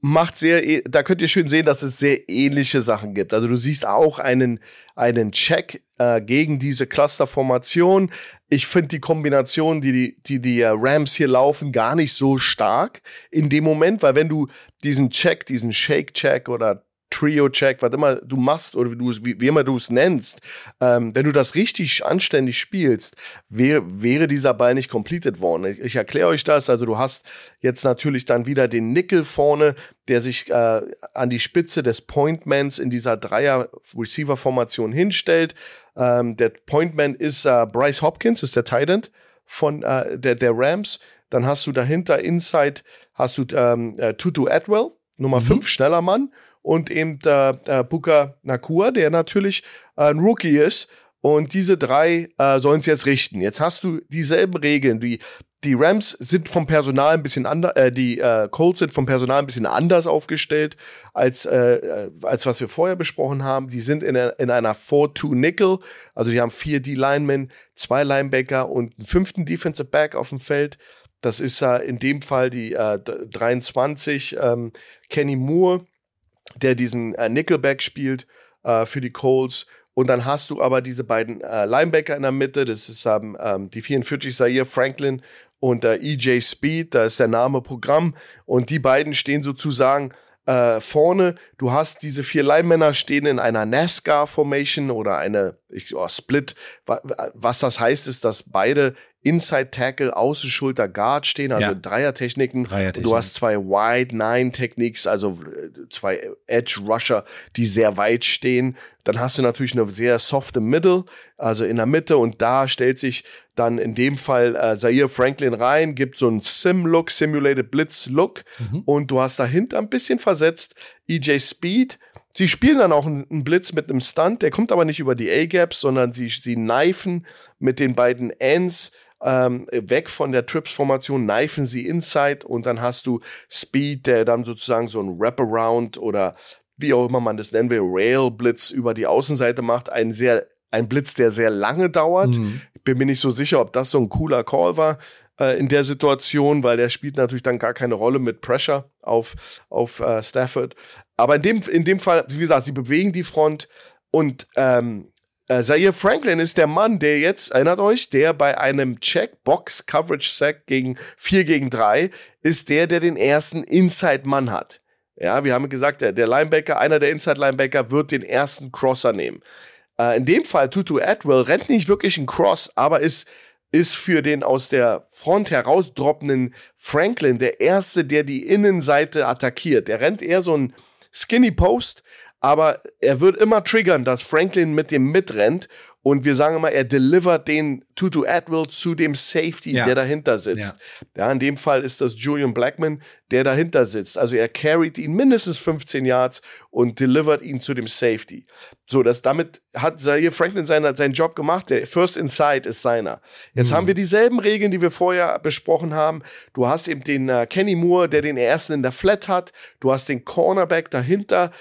macht sehr, da könnt ihr schön sehen, dass es sehr ähnliche Sachen gibt. Also du siehst auch einen, einen Check äh, gegen diese Clusterformation. Ich finde die Kombination, die die, die die Rams hier laufen, gar nicht so stark in dem Moment, weil wenn du diesen Check, diesen Shake-Check oder Trio-Check, was immer du machst oder wie, wie, wie immer du es nennst, ähm, wenn du das richtig anständig spielst, wär, wäre dieser Ball nicht completed worden. Ich, ich erkläre euch das. Also du hast jetzt natürlich dann wieder den Nickel vorne, der sich äh, an die Spitze des Pointmans in dieser Dreier-Receiver-Formation hinstellt. Ähm, der Pointman ist äh, Bryce Hopkins, ist der Tight End von äh, der, der Rams. Dann hast du dahinter Inside hast du ähm, äh, Tutu Atwell, Nummer fünf, mhm. schneller Mann. Und eben äh, äh, Puka Nacua, der natürlich äh, ein Rookie ist. Und diese drei äh, sollen es jetzt richten. Jetzt hast du dieselben Regeln. Die, die Rams sind vom Personal ein bisschen anders, äh, die äh, Colts sind vom Personal ein bisschen anders aufgestellt, als, äh, als was wir vorher besprochen haben. Die sind in, in einer four two Nickel. Also die haben vier D-Linemen, zwei Linebacker und einen fünften Defensive Back auf dem Feld. Das ist äh, in dem Fall die äh, dreiundzwanzig, ähm, Kenny Moore, der diesen äh, Nickelback spielt äh, für die Colts. Und dann hast du aber diese beiden äh, Linebacker in der Mitte. Das ist ähm, ähm, die vierundvierzig Zaire Franklin und äh, E J Speed. Da ist der Name Programm. Und die beiden stehen sozusagen äh, vorne. Du hast diese vier Linemänner stehen in einer NASCAR-Formation oder eine ich, oh, Split. Was das heißt, ist, dass beide Inside Tackle, Außenschulter, Guard stehen, also ja. Dreiertechniken. Dreiertechniken. Du hast zwei Wide Nine Techniques, also zwei Edge Rusher, die sehr weit stehen. Dann hast du natürlich eine sehr softe Middle, also in der Mitte, und da stellt sich dann in dem Fall äh, Zaire Franklin rein, gibt so einen Sim-Look, Simulated Blitz-Look, mhm. und du hast dahinter ein bisschen versetzt E J Speed. Sie spielen dann auch einen Blitz mit einem Stunt, der kommt aber nicht über die A-Gaps, sondern sie, sie kneifen mit den beiden Ends ähm, weg von der Trips-Formation, kneifen sie inside, und dann hast du Speed, der dann sozusagen so ein Wraparound oder wie auch immer man das nennen will, Rail-Blitz über die Außenseite macht. Ein sehr, ein Blitz, der sehr lange dauert. Mhm. Ich bin mir nicht so sicher, ob das so ein cooler Call war äh, in der Situation, weil der spielt natürlich dann gar keine Rolle mit Pressure auf, auf äh, Stafford. Aber in dem, in dem Fall, wie gesagt, sie bewegen die Front, und ähm, äh, Zaire Franklin ist der Mann, der jetzt, erinnert euch, der bei einem Check-Box-Coverage-Sack gegen vier gegen drei ist der, der den ersten Inside-Mann hat. Ja, wir haben gesagt, der, der Linebacker, einer der Inside-Linebacker wird den ersten Crosser nehmen. Äh, in dem Fall, Tutu Atwell rennt nicht wirklich einen Cross, aber ist ist für den aus der Front herausdroppenden Franklin der Erste, der die Innenseite attackiert. Der rennt eher so ein Skinny Post, aber er wird immer triggern, dass Franklin mit dem mitrennt, und wir sagen immer, er delivert den Tutu Atwell zu dem Safety, ja. der dahinter sitzt. Ja. ja, in dem Fall ist das Julian Blackmon, der dahinter sitzt. Also er carried ihn mindestens fünfzehn Yards und delivert ihn zu dem Safety. So, das, damit hat Zaire Franklin seine, seinen Job gemacht. Der First Inside ist seiner. Jetzt mhm. haben wir dieselben Regeln, die wir vorher besprochen haben. Du hast eben den äh, Kenny Moore, der den ersten in der Flat hat. Du hast den Cornerback dahinter,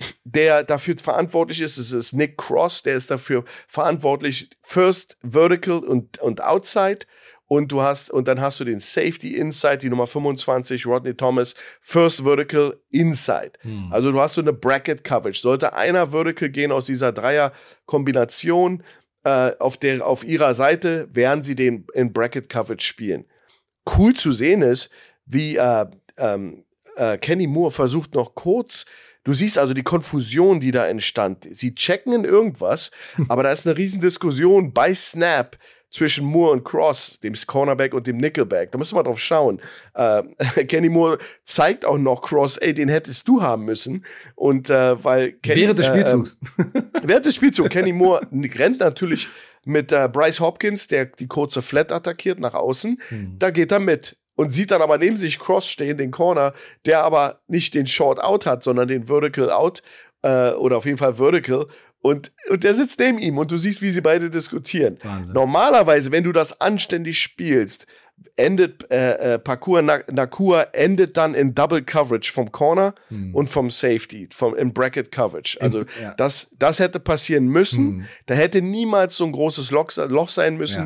der dafür verantwortlich ist. Es ist Nick Cross, der ist dafür verantwortlich, First Vertical und, und Outside. Und du hast, und dann hast du den Safety Inside, die Nummer fünfundzwanzig, Rodney Thomas, First Vertical Inside. Hm. Also du hast so eine Bracket Coverage. Sollte einer Vertical gehen aus dieser Dreier-Kombination äh, auf der, auf ihrer Seite, werden sie den in Bracket Coverage spielen. Cool zu sehen ist, wie äh, ähm, äh, Kenny Moore versucht noch kurz. Du siehst also die Konfusion, die da entstand. Sie checken in irgendwas, aber da ist eine riesen Diskussion bei Snap zwischen Moore und Cross, dem Cornerback und dem Nickelback. Da müssen wir drauf schauen. Äh, Kenny Moore zeigt auch noch Cross, ey, den hättest du haben müssen. Und äh, weil Kenny, während des Spielzugs. Äh, während des Spielzugs. Kenny Moore rennt natürlich mit äh, Bryce Hopkins, der die kurze Flat attackiert nach außen. Hm. Da geht er mit. Und sieht dann aber neben sich Cross stehen, den Corner, der aber nicht den Short Out hat, sondern den Vertical Out, äh, oder auf jeden Fall Vertical. Und, und der sitzt neben ihm, und du siehst, wie sie beide diskutieren. Wahnsinn. Normalerweise, wenn du das anständig spielst, endet äh, äh, Parkour Nacua endet dann in Double Coverage vom Corner hm. und vom Safety, vom in Bracket Coverage. Also Im, ja. das, das hätte passieren müssen. Hm. Da hätte niemals so ein großes Loch, Loch sein müssen. Ja.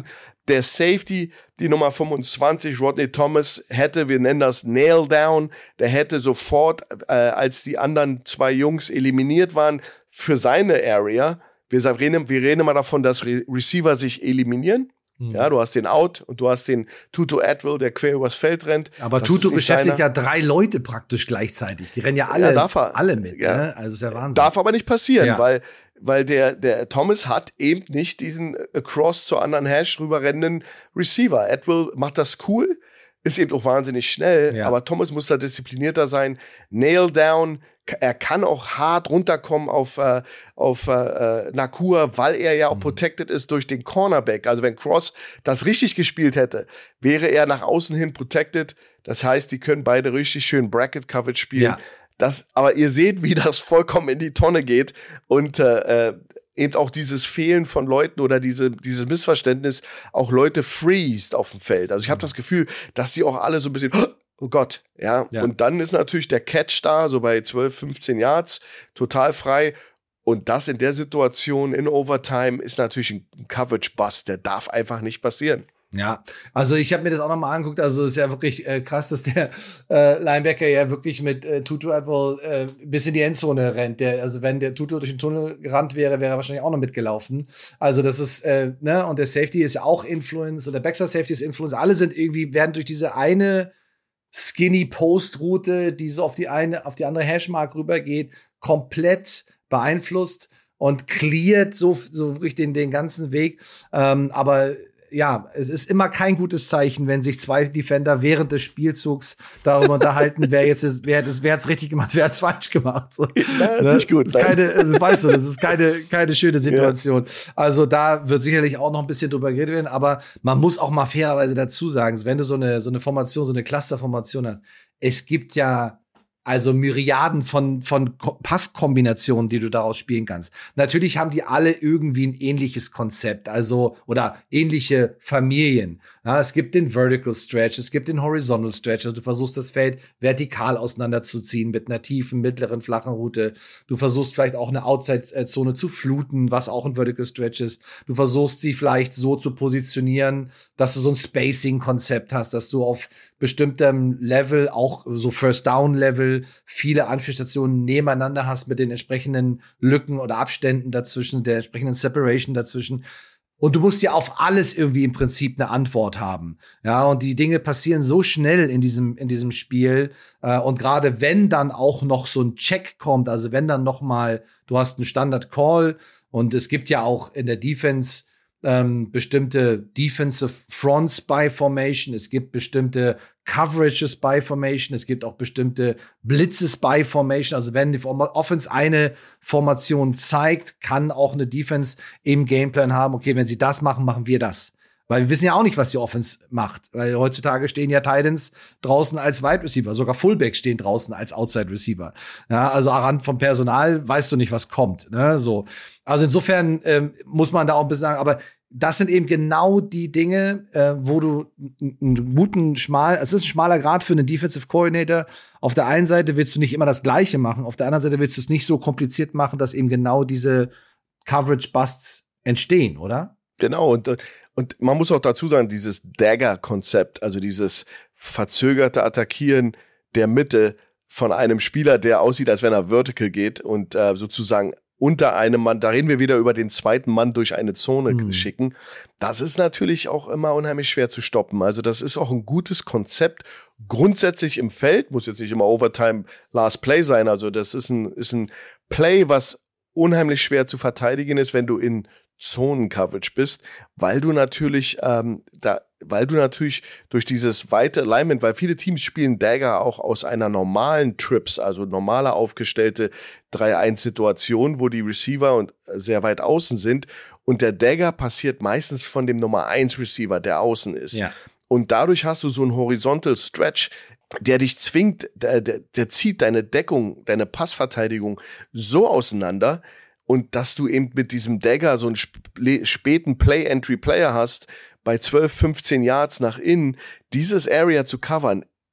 Der Safety, die Nummer fünfundzwanzig, Rodney Thomas, hätte, wir nennen das Nail Down, der hätte sofort, äh, als die anderen zwei Jungs eliminiert waren, für seine Area, wir reden, wir reden immer davon, dass Re- Receiver sich eliminieren. Mhm. Ja, du hast den Out und du hast den Tutu Atwell, der quer übers Feld rennt. Aber das Tutu beschäftigt seine. ja drei Leute praktisch gleichzeitig. Die rennen ja alle, ja, er, alle mit. Ja. Ne? Also ist ja Wahnsinn. Darf aber nicht passieren, ja. weil Weil der, der Thomas hat eben nicht diesen Across zur anderen Hash rüberrennenden Receiver. Atwell macht das cool, ist eben auch wahnsinnig schnell, ja. aber Thomas muss da disziplinierter sein. Nail down, er kann auch hart runterkommen auf, äh, auf äh, Nakua, weil er ja auch mhm. protected ist durch den Cornerback. Also wenn Cross das richtig gespielt hätte, wäre er nach außen hin protected. Das heißt, die können beide richtig schön Bracket-Coverage spielen. Ja. Das, aber ihr seht, wie das vollkommen in die Tonne geht und äh, eben auch dieses Fehlen von Leuten oder diese, dieses Missverständnis, auch Leute freezed auf dem Feld. Also ich habe das Gefühl, dass die auch alle so ein bisschen, oh Gott, ja? ja. Und dann ist natürlich der Catch da, so bei zwölf, fünfzehn Yards, total frei. Und das in der Situation in Overtime ist natürlich ein Coverage-Bust, der darf einfach nicht passieren. Ja, also ich habe mir das auch nochmal angeguckt, also es ist ja wirklich äh, krass, dass der äh, Linebacker ja wirklich mit äh, Tutu Atwell äh, bis in die Endzone rennt. Der, also wenn der Tutu durch den Tunnel gerannt wäre, wäre er wahrscheinlich auch noch mitgelaufen. Also das ist, äh, ne, und der Safety ist auch Influence und der Backside Safety ist Influence. Alle sind irgendwie, werden durch diese eine Skinny Post Route, die so auf die eine, auf die andere Hashmark rübergeht, komplett beeinflusst und cleart so, so wirklich den, den ganzen Weg. Ähm, aber ja, es ist immer kein gutes Zeichen, wenn sich zwei Defender während des Spielzugs darüber unterhalten, wer jetzt ist, wer das, wer hat's richtig gemacht, wer hat's falsch gemacht. So, ja, das ist nicht gut. Das ist keine, das weißt du, das ist keine, keine schöne Situation. Ja. Also da wird sicherlich auch noch ein bisschen drüber geredet werden, aber man muss auch mal fairerweise dazu sagen, wenn du so eine, so eine Formation, so eine Clusterformation hast, es gibt ja also Myriaden von, von Passkombinationen, die du daraus spielen kannst. Natürlich haben die alle irgendwie ein ähnliches Konzept, also, oder ähnliche Familien. Ja, es gibt den Vertical Stretch, es gibt den Horizontal Stretch, also du versuchst das Feld vertikal auseinanderzuziehen mit einer tiefen, mittleren, flachen Route. Du versuchst vielleicht auch eine Outside-Zone zu fluten, was auch ein Vertical Stretch ist. Du versuchst sie vielleicht so zu positionieren, dass du so ein Spacing-Konzept hast, dass du auf bestimmtem Level, auch so First-Down-Level, viele Anspielstationen nebeneinander hast mit den entsprechenden Lücken oder Abständen dazwischen, der entsprechenden Separation dazwischen. Und du musst ja auf alles irgendwie im Prinzip eine Antwort haben. Ja, und die Dinge passieren so schnell in diesem, in diesem Spiel. Äh, und gerade wenn dann auch noch so ein Check kommt, also wenn dann noch mal, du hast einen Standard-Call und es gibt ja auch in der Defense Ähm, bestimmte Defensive Fronts by Formation, es gibt bestimmte Coverages by Formation, es gibt auch bestimmte Blitzes by Formation. Also wenn die Offense eine Formation zeigt, kann auch eine Defense im Gameplan haben, okay, wenn sie das machen, machen wir das. Weil wir wissen ja auch nicht, was die Offense macht. Weil heutzutage stehen ja Titans draußen als Wide Receiver. Sogar Fullbacks stehen draußen als Outside Receiver. Ja, also anhand vom Personal weißt du nicht, was kommt. Ne? So. Also insofern ähm, muss man da auch ein bisschen sagen, aber das sind eben genau die Dinge, äh, wo du einen guten, schmal, es ist ein schmaler Grad für einen Defensive Coordinator. Auf der einen Seite willst du nicht immer das Gleiche machen, auf der anderen Seite willst du es nicht so kompliziert machen, dass eben genau diese Coverage-Busts entstehen, oder? Genau, und, und man muss auch dazu sagen, dieses Dagger-Konzept, also dieses verzögerte Attackieren der Mitte von einem Spieler, der aussieht, als wenn er vertical geht und äh, sozusagen unter einem Mann, da reden wir wieder über den zweiten Mann durch eine Zone mhm. schicken. Das ist natürlich auch immer unheimlich schwer zu stoppen. Also das ist auch ein gutes Konzept. Grundsätzlich im Feld, muss jetzt nicht immer Overtime Last Play sein. Also das ist ein, ist ein Play, was unheimlich schwer zu verteidigen ist, wenn du in Zonen-Coverage bist, weil du natürlich ähm, da, weil du natürlich durch dieses weite Alignment, weil viele Teams spielen Dagger auch aus einer normalen Trips, also normale aufgestellte drei eins Situation, wo die Receiver und sehr weit außen sind und der Dagger passiert meistens von dem Nummer eins Receiver, der außen ist. Ja. Und dadurch hast du so einen Horizontal Stretch, der dich zwingt, der, der, der zieht deine Deckung, deine Passverteidigung so auseinander, und dass du eben mit diesem Dagger so einen sp- späten Play-Entry-Player hast, bei zwölf, fünfzehn Yards nach innen, dieses Area zu covern,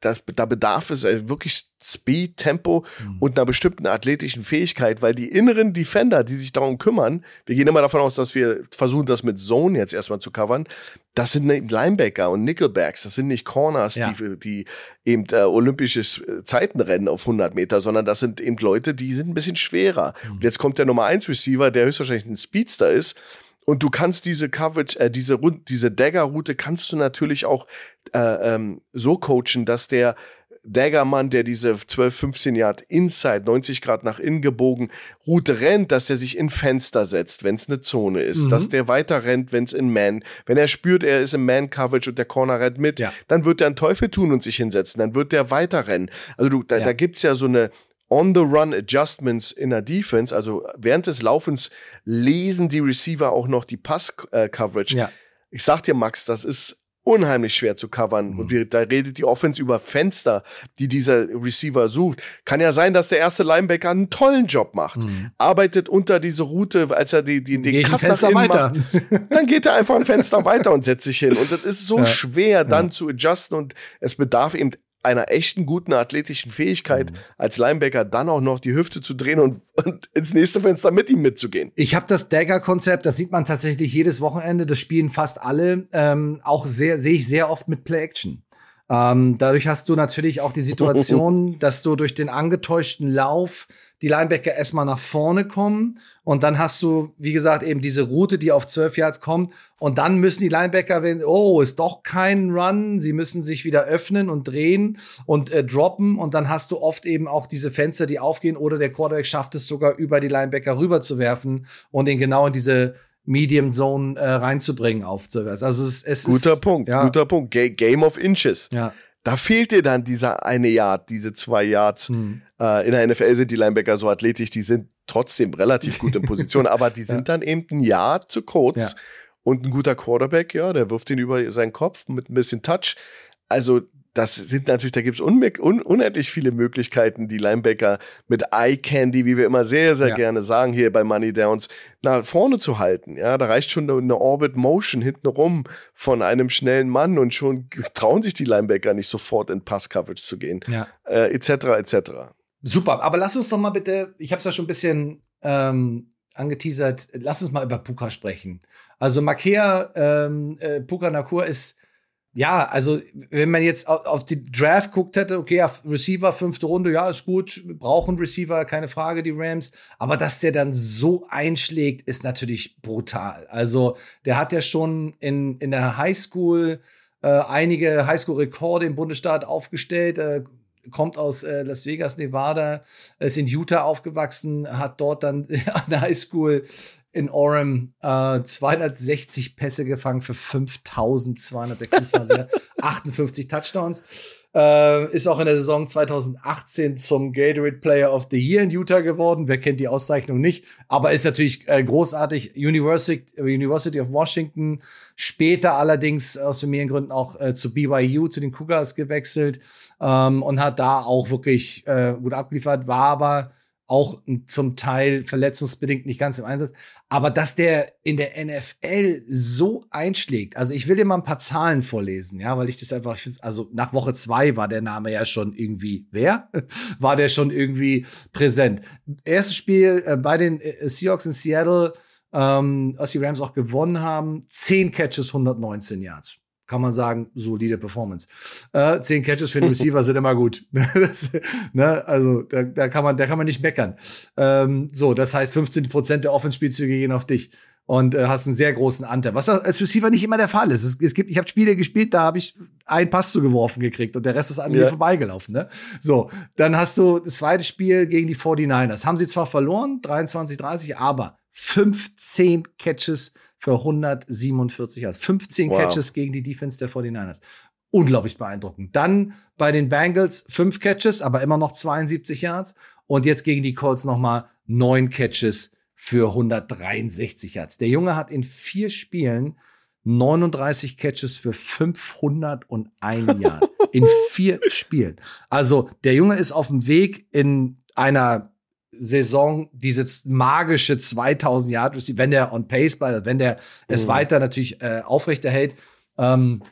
das, da bedarf es wirklich Speed, Tempo mhm. und einer bestimmten athletischen Fähigkeit, weil die inneren Defender, die sich darum kümmern, wir gehen immer davon aus, dass wir versuchen, das mit Zone jetzt erstmal zu covern, das sind Linebacker und Nickelbacks, das sind nicht Corners, ja. die, die eben äh, olympisches Zeitenrennen auf hundert Meter, sondern das sind eben Leute, die sind ein bisschen schwerer. Mhm. Und jetzt kommt der Nummer eins Receiver, der höchstwahrscheinlich ein Speedster ist. Und du kannst diese Coverage, äh, diese, diese Dagger-Route kannst du natürlich auch äh, ähm, so coachen, dass der Daggermann, der diese zwölf, fünfzehn Yard Inside, neunzig Grad nach innen gebogen Route rennt, dass der sich in Fenster setzt, wenn es eine Zone ist, mhm. dass der weiter rennt, wenn es in Man, wenn er spürt, er ist im Man-Coverage und der Corner rennt mit, ja. dann wird er einen Teufel tun und sich hinsetzen, dann wird der weiter rennen. Also du, da, ja. da gibt's ja so eine On-the-Run-Adjustments in der Defense, also während des Laufens lesen die Receiver auch noch die Pass-Coverage. Ja. Ich sag dir, Max, das ist unheimlich schwer zu covern. Mhm. Und wir, da redet die Offense über Fenster, die dieser Receiver sucht. Kann ja sein, dass der erste Linebacker einen tollen Job macht. Mhm. Arbeitet unter diese Route, als er die, die, den Cut nach innen macht. Dann geht er einfach ein Fenster weiter und setzt sich hin. Und das ist so ja. schwer dann ja. zu adjusten. Und es bedarf eben einer echten guten athletischen Fähigkeit mhm. als Linebacker dann auch noch die Hüfte zu drehen und, und ins nächste Fenster mit ihm mitzugehen. Ich habe das Dagger-Konzept, das sieht man tatsächlich jedes Wochenende, das spielen fast alle, ähm, auch sehr sehe ich sehr oft mit Play-Action. Ähm, dadurch hast du natürlich auch die Situation, dass du durch den angetäuschten Lauf die Linebacker erstmal nach vorne kommen und dann hast du, wie gesagt, eben diese Route, die auf zwölf Yards kommt und dann müssen die Linebacker, wenn, oh, ist doch kein Run, sie müssen sich wieder öffnen und drehen und äh, droppen und dann hast du oft eben auch diese Fenster, die aufgehen oder der Quarterback schafft es sogar über die Linebacker rüber zu werfen und ihn genau in diese Medium Zone äh, reinzubringen auf Service. Also es, es guter ist, Punkt, ja. guter Punkt. Ga- Game of Inches. Ja. Da fehlt dir dann dieser eine Yard, diese zwei Yards. Hm. Äh, in der N F L sind die Linebacker so athletisch, die sind trotzdem relativ gut in Position, aber die sind ja. dann eben ein Yard zu kurz. Ja. Und ein guter Quarterback, ja, der wirft ihn über seinen Kopf mit ein bisschen Touch. Also das sind natürlich, da gibt es un- un- unendlich viele Möglichkeiten, die Linebacker mit Eye Candy, wie wir immer sehr, sehr ja. gerne sagen hier bei Money Downs, nach vorne zu halten. Ja, da reicht schon eine Orbit Motion hintenrum von einem schnellen Mann und schon trauen sich die Linebacker nicht sofort in Pass-Coverage zu gehen, ja. äh, et cetera et cetera. Super, aber lass uns doch mal bitte, ich habe es ja schon ein bisschen ähm, angeteasert, lass uns mal über Puka sprechen. Also Makea ähm, äh, Puka Nacua ist ja, also wenn man jetzt auf, auf die Draft guckt hätte, okay, auf Receiver, fünfte Runde, ja, ist gut, brauchen Receiver, keine Frage, die Rams. Aber dass der dann so einschlägt, ist natürlich brutal. Also der hat ja schon in, in der Highschool äh, einige Highschool-Rekorde im Bundesstaat aufgestellt, äh, kommt aus äh, Las Vegas, Nevada, ist in Utah aufgewachsen, hat dort dann an der Highschool in Orem äh, zweihundertsechzig Pässe gefangen für fünftausendzweihundertsechsundzwanzig, achtundfünfzig Touchdowns. Äh, ist auch in der Saison zweitausendachtzehn zum Gatorade Player of the Year in Utah geworden. Wer kennt die Auszeichnung nicht? Aber ist natürlich äh, großartig. University, University of Washington. Später allerdings aus Familiengründen auch äh, zu B Y U, zu den Cougars gewechselt. Ähm, und hat da auch wirklich äh, gut abgeliefert. War aber auch zum Teil verletzungsbedingt nicht ganz im Einsatz. Aber dass der in der N F L so einschlägt, also ich will dir mal ein paar Zahlen vorlesen, ja, weil ich das einfach, ich find's, also nach Woche zwei war der Name ja schon irgendwie, wer? War der schon irgendwie präsent. Erstes Spiel äh, bei den äh, Seahawks in Seattle, ähm, als die Rams auch gewonnen haben, zehn Catches, hundertneunzehn Yards. Kann man sagen, solide Performance. Äh, zehn Catches für den Receiver sind immer gut. das, ne, also da, da kann man, da kann man nicht meckern. Ähm, so, das heißt, fünfzehn Prozent der Offense-Spielzüge gehen auf dich und äh, hast einen sehr großen Anteil. Was als Receiver nicht immer der Fall ist. Es, es gibt, ich habe Spiele gespielt, da habe ich einen Pass zugeworfen gekriegt und der Rest ist an mir ja. vorbeigelaufen. Ne? So, dann hast du das zweite Spiel gegen die forty-niners. Haben sie zwar verloren, dreiundzwanzig dreißig, aber fünfzehn Catches für hundertsiebenundvierzig Yards. fünfzehn wow. Catches gegen die Defense der forty-niners. Unglaublich beeindruckend. Dann bei den Bengals fünf Catches, aber immer noch zweiundsiebzig Yards. Und jetzt gegen die Colts noch mal neun Catches für hundertdreiundsechzig Yards. Der Junge hat in vier Spielen neununddreißig Catches für fünfhunderteins Yard. In vier Spielen. Also der Junge ist auf dem Weg in einer Saison, dieses magische zweitausend Yard, wenn der on pace bleibt, wenn der mhm. es weiter natürlich äh, aufrechterhält. Ähm,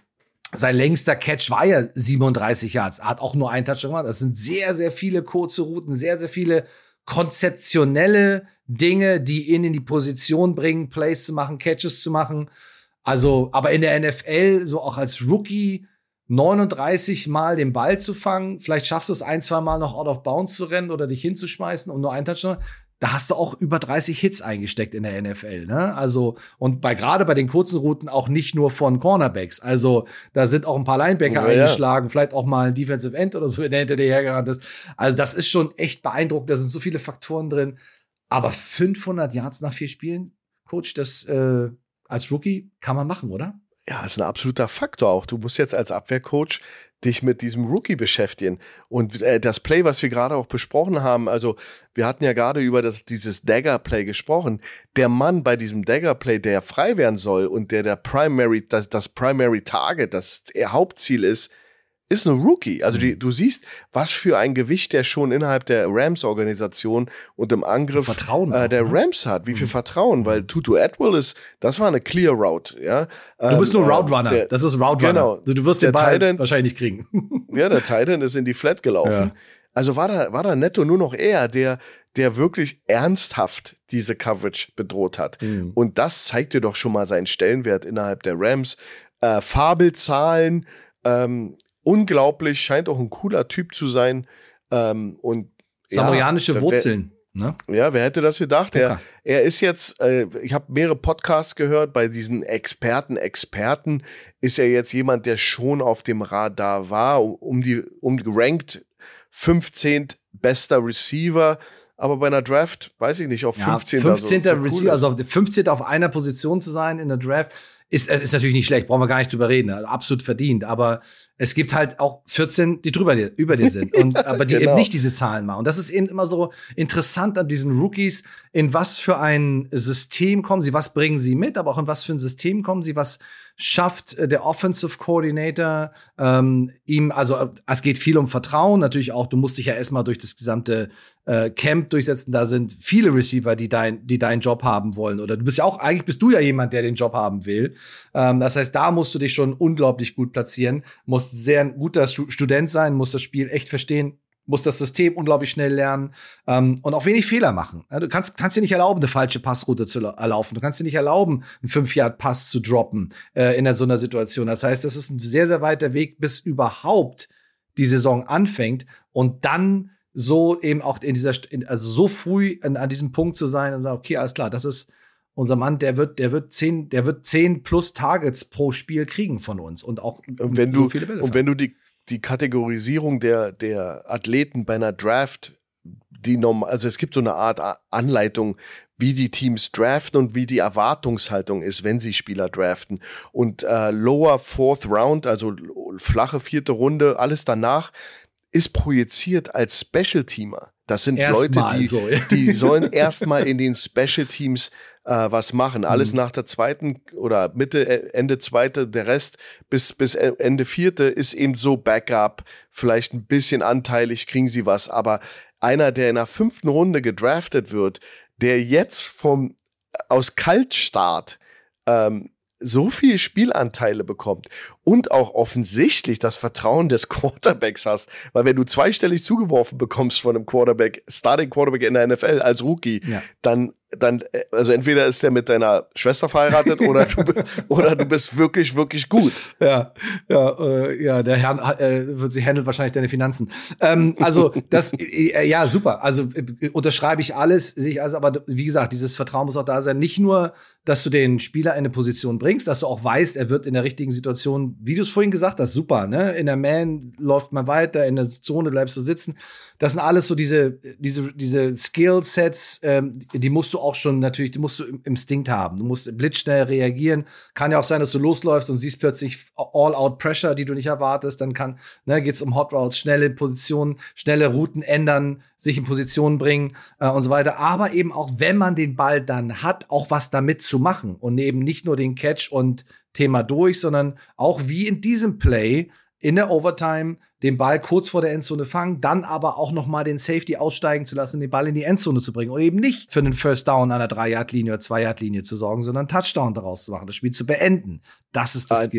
sein längster Catch war ja siebenunddreißig Yards. Er hat auch nur einen Touchdown gemacht. Das sind sehr, sehr viele kurze Routen, sehr, sehr viele konzeptionelle Dinge, die ihn in die Position bringen, Plays zu machen, Catches zu machen. Also, aber in der N F L, so auch als Rookie, neununddreißig Mal den Ball zu fangen, vielleicht schaffst du es ein, zwei Mal noch out of bounds zu rennen oder dich hinzuschmeißen und nur einen Touchdown. Da hast du auch über dreißig Hits eingesteckt in der N F L, ne? Also, und bei, gerade bei den kurzen Routen auch nicht nur von Cornerbacks. Also, da sind auch ein paar Linebacker ja, eingeschlagen, ja. vielleicht auch mal ein Defensive End oder so, der hinter dir hergerannt ist. Also, das ist schon echt beeindruckend. Da sind so viele Faktoren drin. Aber fünfhundert Yards nach vier Spielen, Coach, das, äh, als Rookie kann man machen, oder? Ja, ist ein absoluter Faktor auch. Du musst jetzt als Abwehrcoach dich mit diesem Rookie beschäftigen. Und äh, das Play, was wir gerade auch besprochen haben, also wir hatten ja gerade über das, dieses Dagger-Play gesprochen. Der Mann bei diesem Dagger-Play, der frei werden soll und der der Primary, das, das Primary Target, das ihr Hauptziel ist, ist ein Rookie. Also die, du siehst, was für ein Gewicht der schon innerhalb der Rams-Organisation und im Angriff Vertrauen äh, der auch, ne? Rams hat. Wie viel Vertrauen, weil Tutu Atwell ist, das war eine Clear Route. Ja? Du bist nur Ähm, Route Runner. der, das ist Route Runner. Genau. Du, du wirst Der den Ball Tight End- wahrscheinlich nicht kriegen. Ja, der Tight End ist in die Flat gelaufen. Ja. Also war da, war da netto nur noch er, der, der wirklich ernsthaft diese Coverage bedroht hat. Mhm. Und das zeigt dir doch schon mal seinen Stellenwert innerhalb der Rams. Äh, Fabelzahlen, ähm, unglaublich, scheint auch ein cooler Typ zu sein. Ähm, und Samoanische ja, Wurzeln. Ne? Ja, wer hätte das gedacht? Er, Okay. er ist jetzt, äh, ich habe mehrere Podcasts gehört, bei diesen Experten, Experten ist er jetzt jemand, der schon auf dem Radar war, um, um die, um gerankt fünfzehnten bester Receiver, aber bei einer Draft, weiß ich nicht, auch Ja, fünfzehnten fünfzehnter so, so cool Receiver, also fünfzehnter auf einer Position zu sein in der Draft, ist, ist natürlich nicht schlecht, brauchen wir gar nicht drüber reden, also absolut verdient, aber es gibt halt auch vierzehn, die drüber dir, über dir sind, und, aber die Genau. eben nicht diese Zahlen machen. Und das ist eben immer so interessant an diesen Rookies, in was für ein System kommen sie, was bringen sie mit, aber auch in was für ein System kommen sie, was schafft äh, der Offensive Coordinator ähm, ihm, also äh, es geht viel um Vertrauen, natürlich auch, du musst dich ja erstmal durch das gesamte äh, Camp durchsetzen, da sind viele Receiver, die dein, die deinen Job haben wollen, oder du bist ja auch, eigentlich bist du ja jemand, der den Job haben will, ähm, das heißt, da musst du dich schon unglaublich gut platzieren, musst sehr ein guter Stu- Student sein, musst das Spiel echt verstehen, musst das System unglaublich schnell lernen ähm, und auch wenig Fehler machen. Ja, du kannst, kannst dir nicht erlauben, eine falsche Passroute zu la- laufen. Du kannst dir nicht erlauben, einen fünf-Yard-Pass zu droppen äh, in so einer Situation. Das heißt, das ist ein sehr, sehr weiter Weg, bis überhaupt die Saison anfängt und dann so eben auch in dieser, in, also so früh an, an diesem Punkt zu sein und sagen, okay, alles klar, das ist unser Mann, der wird, der wird zehn, der wird zehn plus Targets pro Spiel kriegen von uns und auch Und wenn so du, viele Bälle und wenn du die, die Kategorisierung der, der Athleten bei einer Draft, die normal, also es gibt so eine Art A- Anleitung, wie die Teams draften und wie die Erwartungshaltung ist, wenn sie Spieler draften. Und äh, Lower Fourth Round, also flache vierte Runde, alles danach, ist projiziert als Special-Teamer. Das sind Erst Leute, mal die, so. die sollen erstmal in den Special Teams äh, was machen. Alles Mhm. nach der zweiten oder Mitte, äh, Ende zweite, der Rest bis, bis Ende vierte ist eben so Backup, vielleicht ein bisschen anteilig kriegen sie was, aber einer, der in der fünften Runde gedraftet wird, der jetzt vom, aus Kaltstart ähm, so viele Spielanteile bekommt und auch offensichtlich das Vertrauen des Quarterbacks hast, weil wenn du zweistellig zugeworfen bekommst von einem Quarterback, Starting Quarterback in der N F L als Rookie, Ja. dann dann, also entweder ist der mit deiner Schwester verheiratet oder du, oder du bist wirklich, wirklich gut. Ja, ja, äh, ja, der Herr äh, wird sie handelt wahrscheinlich deine Finanzen. Ähm, also das, äh, ja, super. Also äh, unterschreibe ich alles, sehe ich alles, aber wie gesagt, dieses Vertrauen muss auch da sein. Nicht nur, dass du den Spieler in eine Position bringst, dass du auch weißt, er wird in der richtigen Situation, wie du es vorhin gesagt hast, super, ne? In der Man läuft man weiter, in der Zone bleibst du sitzen. Das sind alles so diese, diese, diese Skillsets, ähm, die musst du auch schon natürlich, die musst du im Instinkt haben. Du musst blitzschnell reagieren. Kann ja auch sein, dass du losläufst und siehst plötzlich All-Out-Pressure, die du nicht erwartest. Dann kann, ne, geht's um Hot Routes, schnelle Positionen, schnelle Routen ändern, sich in Position bringen äh, und so weiter. Aber eben auch, wenn man den Ball dann hat, auch was damit zu machen und eben nicht nur den Catch und Thema durch, sondern auch wie in diesem Play in der Overtime den Ball kurz vor der Endzone fangen, dann aber auch noch mal den Safety aussteigen zu lassen, den Ball in die Endzone zu bringen und eben nicht für einen First Down an der drei Yard Linie oder zwei Yard Linie zu sorgen, sondern einen Touchdown daraus zu machen, das Spiel zu beenden. Das ist das Ein, Skillset.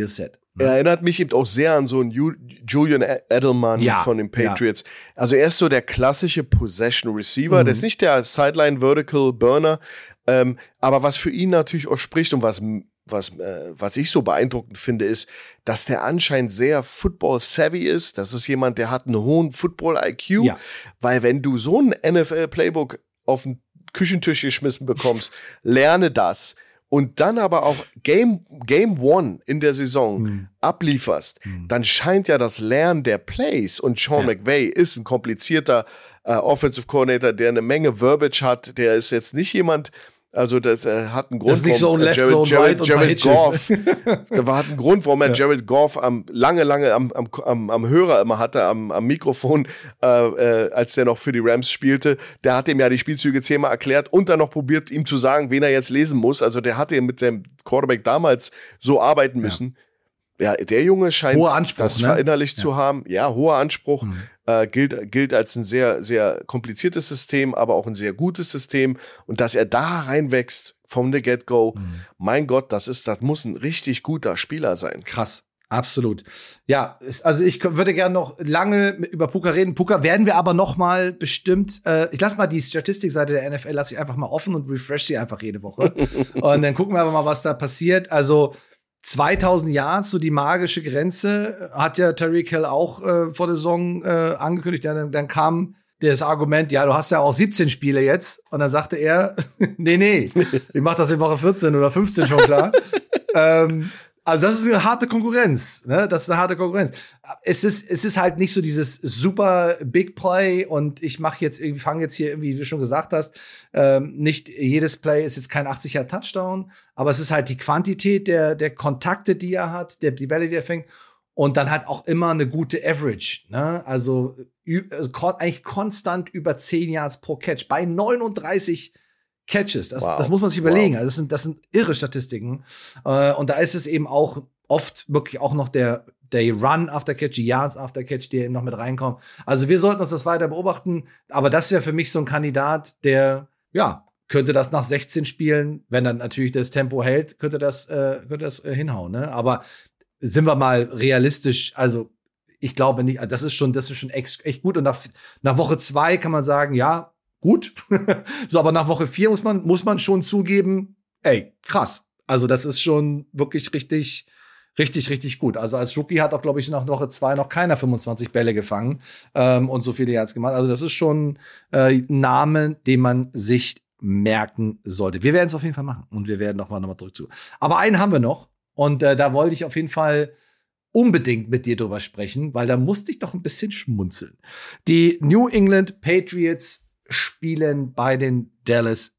Er erinnert mich eben auch sehr an so einen Ju- Julian Edelman Ja, von den Patriots. Ja. Also er ist so der klassische Possession Receiver. Mhm. Der ist nicht der Sideline Vertical Burner. Ähm, aber was für ihn natürlich auch spricht und was, was, äh, was ich so beeindruckend finde, ist, dass der anscheinend sehr Football-savvy ist. Das ist jemand, der hat einen hohen Football-I Q. Ja. Weil wenn du so ein N F L-Playbook auf den Küchentisch geschmissen bekommst, lerne das. Und dann aber auch Game, Game One in der Saison hm. ablieferst, hm. dann scheint ja das Lernen der Plays, und Sean ja. McVay ist ein komplizierter äh, Offensive Coordinator, der eine Menge Verbiage hat, der ist jetzt nicht jemand, also das äh, hat einen Grund, das ist nicht so ein Left, Jared, so ein Jared, Right Jared Goff, da war hat einen Grund, warum er ja. Jared Goff am, lange, lange am, am, am, am Hörer immer hatte, am, am Mikrofon, äh, äh, als der noch für die Rams spielte. Der hat ihm ja die Spielzüge zehnmal erklärt und dann noch probiert, ihm zu sagen, wen er jetzt lesen muss. Also der hatte mit dem Quarterback damals so arbeiten müssen. Ja. Ja, der Junge scheint Anspruch, das ne? verinnerlicht ja. zu haben. Ja, hoher Anspruch. Mhm. Äh, gilt, gilt als ein sehr, sehr kompliziertes System, aber auch ein sehr gutes System. Und dass er da reinwächst vom the Get-Go, mhm. mein Gott, das ist, das muss ein richtig guter Spieler sein. Krass. Absolut. Ja, also ich würde gerne noch lange über Puka reden. Puka werden wir aber noch mal bestimmt, äh, ich lasse mal die Statistikseite der N F L, lasse ich einfach mal offen und refresh sie einfach jede Woche. Und dann gucken wir aber mal, was da passiert. Also zweitausend Yards, so die magische Grenze, hat ja Tyreek Hill auch äh, vor der Saison äh, angekündigt. Dann, dann kam das Argument, ja, du hast ja auch siebzehn Spiele jetzt. Und dann sagte er, nee, nee, ich mach das in Woche vierzehn oder fünfzehn schon klar. ähm, also das ist eine harte Konkurrenz, ne? Das ist eine harte Konkurrenz. Es ist, es ist halt nicht so dieses super Big Play und ich mache jetzt irgendwie, fange jetzt hier irgendwie, wie du schon gesagt hast, ähm, nicht jedes Play ist jetzt kein achtzig Yard Touchdown, aber es ist halt die Quantität der, der Kontakte, die er hat, der, die Bälle, die er fängt, und dann halt auch immer eine gute Average, ne? Also, also eigentlich konstant über zehn Yards pro Catch bei neununddreißig Catches. Das, wow. das muss man sich überlegen. Wow. Also das sind, das sind irre Statistiken. Äh, und da ist es eben auch oft wirklich auch noch der, der Run after Catch, die Yards after Catch, die eben noch mit reinkommen. Also wir sollten uns das weiter beobachten. Aber das wäre für mich so ein Kandidat, der, ja, könnte das nach sechzehn Spielen, wenn dann natürlich das Tempo hält, könnte das, äh, könnte das äh, hinhauen, ne? Aber sind wir mal realistisch, also ich glaube nicht, das ist schon, das ist schon echt, echt gut. Und nach, nach Woche zwei kann man sagen, ja, gut. So, aber nach Woche vier muss man, muss man schon zugeben, ey, krass. Also, das ist schon wirklich richtig, richtig, richtig gut. Also, als Rookie hat auch, glaube ich, nach Woche zwei noch keiner fünfundzwanzig Bälle gefangen ähm, und so viele Yards gemacht. Also, das ist schon äh, ein Name, den man sich merken sollte. Wir werden es auf jeden Fall machen und wir werden noch mal, noch mal zurück zu. Aber einen haben wir noch und äh, da wollte ich auf jeden Fall unbedingt mit dir drüber sprechen, weil da musste ich doch ein bisschen schmunzeln. Die New England Patriots spielen bei den Dallas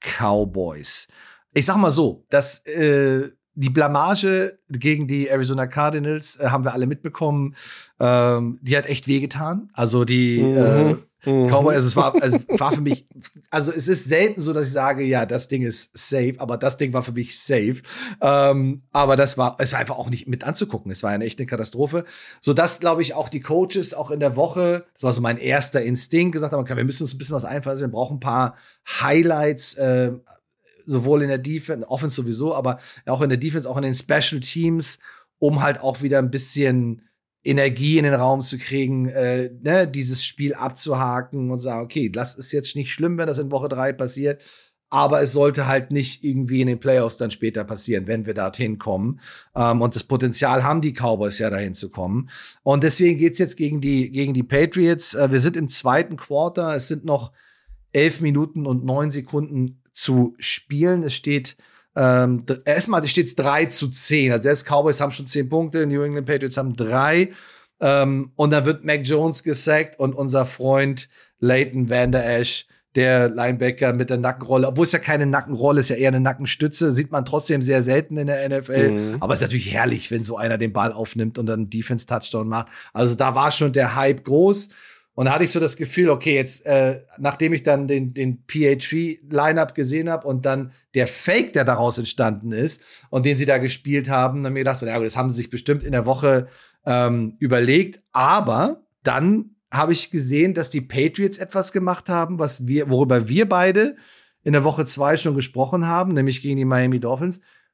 Cowboys. Ich sag mal so, dass äh, die Blamage gegen die Arizona Cardinals äh, haben wir alle mitbekommen. Ähm, die hat echt wehgetan. Also die mhm. äh, mhm. Cowboys, also es war, also war für mich, also es ist selten so, dass ich sage, ja, das Ding ist safe, aber das Ding war für mich safe. Ähm, aber das war, es war einfach auch nicht mit anzugucken. Es war eine echte Katastrophe. So dass, glaube ich, auch die Coaches auch in der Woche, das war so mein erster Instinkt, gesagt haben, okay, wir müssen uns ein bisschen was einfallen. Wir brauchen ein paar Highlights, äh, sowohl in der Defense, Offense sowieso, aber auch in der Defense, auch in den Special Teams, um halt auch wieder ein bisschen Energie in den Raum zu kriegen, äh, ne, dieses Spiel abzuhaken und sagen, okay, das ist jetzt nicht schlimm, wenn das in Woche drei passiert, aber es sollte halt nicht irgendwie in den Playoffs dann später passieren, wenn wir dorthin kommen. Ähm, und das Potenzial haben die Cowboys ja, dahin zu kommen. Und deswegen geht's jetzt gegen die, gegen die Patriots. Äh, wir sind im zweiten Quarter, es sind noch elf Minuten und neun Sekunden zu spielen. Es steht ähm, erstmal steht es drei zu zehn. Also selbst Cowboys haben schon zehn Punkte, New England Patriots haben drei. Ähm, und dann wird Mac Jones gesackt und unser Freund Leighton Vander Esch, der Linebacker mit der Nackenrolle, obwohl es ja keine Nackenrolle ist, ja eher eine Nackenstütze, sieht man trotzdem sehr selten in der N F L. Mhm. Aber es ist natürlich herrlich, wenn so einer den Ball aufnimmt und dann einen Defense-Touchdown macht. Also da war schon der Hype groß. Und da hatte ich so das Gefühl, okay, jetzt, äh, nachdem ich dann den, den P H drei-Lineup gesehen habe und dann der Fake, der daraus entstanden ist und den sie da gespielt haben, dann mir gedacht, so, ja, das haben sie sich bestimmt in der Woche ähm, überlegt. Aber dann habe ich gesehen, dass die Patriots etwas gemacht haben, was wir, worüber wir beide in der Woche zwei schon gesprochen haben, nämlich gegen die Miami Dolphins.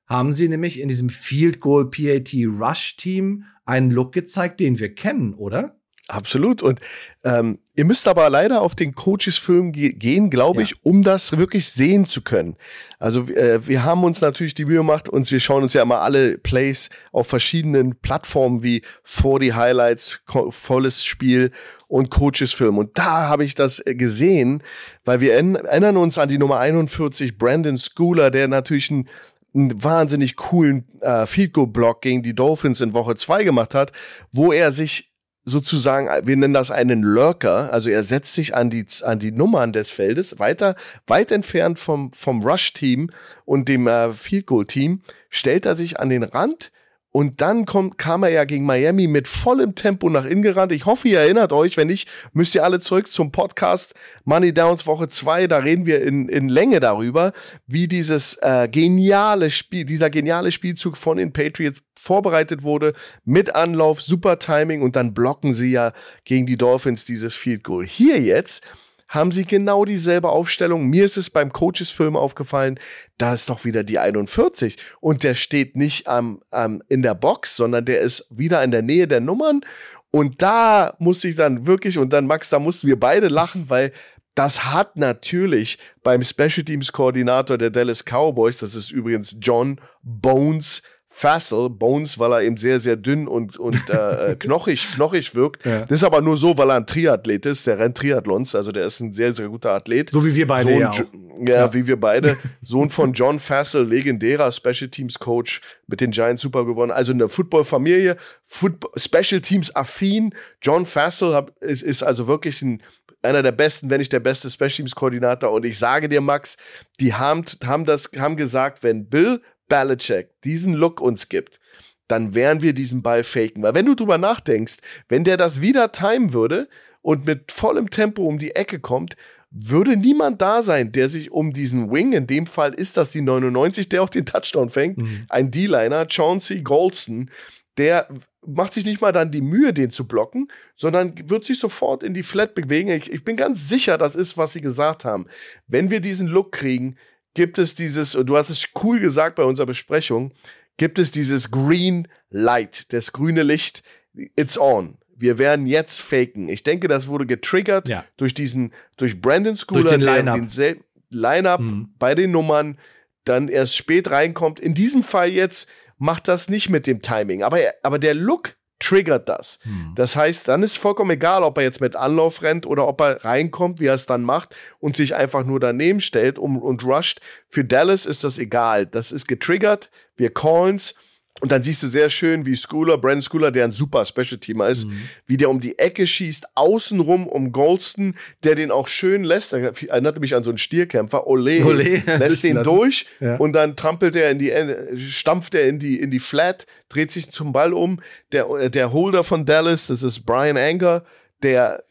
haben sie nämlich in diesem Field Goal P A T Rush Team einen Look gezeigt, den wir kennen, oder? Absolut. Und ähm, ihr müsst aber leider auf den Coaches-Film ge- gehen, glaube ich, ja. um das wirklich sehen zu können. Also äh, wir haben uns natürlich die Mühe gemacht und wir schauen uns ja immer alle Plays auf verschiedenen Plattformen wie vierzig Highlights, ko- volles Spiel und Coaches-Film. Und da habe ich das äh, gesehen, weil wir en- erinnern uns an die Nummer einundvierzig, Brandon Schooler, der natürlich ein einen wahnsinnig coolen äh, Field-Goal-Block gegen die Dolphins in Woche zwei gemacht hat, wo er sich sozusagen, wir nennen das einen Lurker, also er setzt sich an die, an die Nummern des Feldes, weiter, weit entfernt vom, vom Rush-Team und dem äh, Field-Goal-Team, stellt er sich an den Rand. Und dann kommt, kam er ja gegen Miami mit vollem Tempo nach innen gerannt. Ich hoffe, ihr erinnert euch. Wenn nicht, müsst ihr alle zurück zum Podcast Money Downs Woche zwei. Da reden wir in, in Länge darüber, wie dieses äh, geniale Spiel, dieser geniale Spielzug von den Patriots vorbereitet wurde. Mit Anlauf, super Timing. Und dann blocken sie ja gegen die Dolphins dieses Field Goal. Hier jetzt haben sie genau dieselbe Aufstellung. Mir ist es beim Coaches-Film aufgefallen, da ist doch wieder die einundvierzig. Und der steht nicht am, am, in der Box, sondern der ist wieder in der Nähe der Nummern. Und da musste ich dann wirklich, und dann Max, da mussten wir beide lachen, weil das hat natürlich beim Special Teams Koordinator der Dallas Cowboys, das ist übrigens John Bones Fassel, Bones, weil er eben sehr, sehr dünn und, und äh, knochig, knochig wirkt. Ja. Das ist aber nur so, weil er ein Triathlet ist, der rennt Triathlons, also der ist ein sehr, sehr guter Athlet. So wie wir beide, Sohn, ja auch. Ja, ja, wie wir beide. Sohn von John Fassel, legendärer Special Teams Coach, mit den Giants super gewonnen. Also eine Football-Familie, Football, Special Teams affin. John Fassel hab, ist, ist also wirklich ein einer der besten, wenn nicht der beste Special Teams Koordinator. Und ich sage dir, Max, die haben, haben das, haben gesagt, wenn Bill Belichick diesen Look uns gibt, dann werden wir diesen Ball faken. Weil wenn du drüber nachdenkst, wenn der das wieder timen würde und mit vollem Tempo um die Ecke kommt, würde niemand da sein, der sich um diesen Wing, in dem Fall ist das die neunundneunzig, der auch den Touchdown fängt, mhm. ein D-Liner, Chauncey Golston, der macht sich nicht mal dann die Mühe, den zu blocken, sondern wird sich sofort in die Flat bewegen. Ich, ich bin ganz sicher, das ist, was sie gesagt haben. Wenn wir diesen Look kriegen, gibt es dieses, und du hast es cool gesagt bei unserer Besprechung, gibt es dieses Green Light, das grüne Licht, it's on. Wir werden jetzt faken. Ich denke, das wurde getriggert ja. durch diesen, durch Brandon Schooler, durch den der Line-Up, denselben Line-Up mhm. bei den Nummern dann erst spät reinkommt. In diesem Fall jetzt macht das nicht mit dem Timing, aber, aber der Look triggert das. Hm. Das heißt, dann ist vollkommen egal, ob er jetzt mit Anlauf rennt oder ob er reinkommt, wie er es dann macht und sich einfach nur daneben stellt um, und rusht. Für Dallas ist das egal. Das ist getriggert, wir callen's. Und dann siehst du sehr schön, wie Schooler, Brandon Schooler, der ein super Special-Teamer ist, mhm. wie der um die Ecke schießt, außenrum um Golston, der den auch schön lässt. Er erinnerte mich an so einen Stierkämpfer. Ole, Ole lässt den durch ja. und dann trampelt er in die, stampft er in die, in die Flat, dreht sich zum Ball um. Der, der Holder von Dallas, das ist Brian Anger, der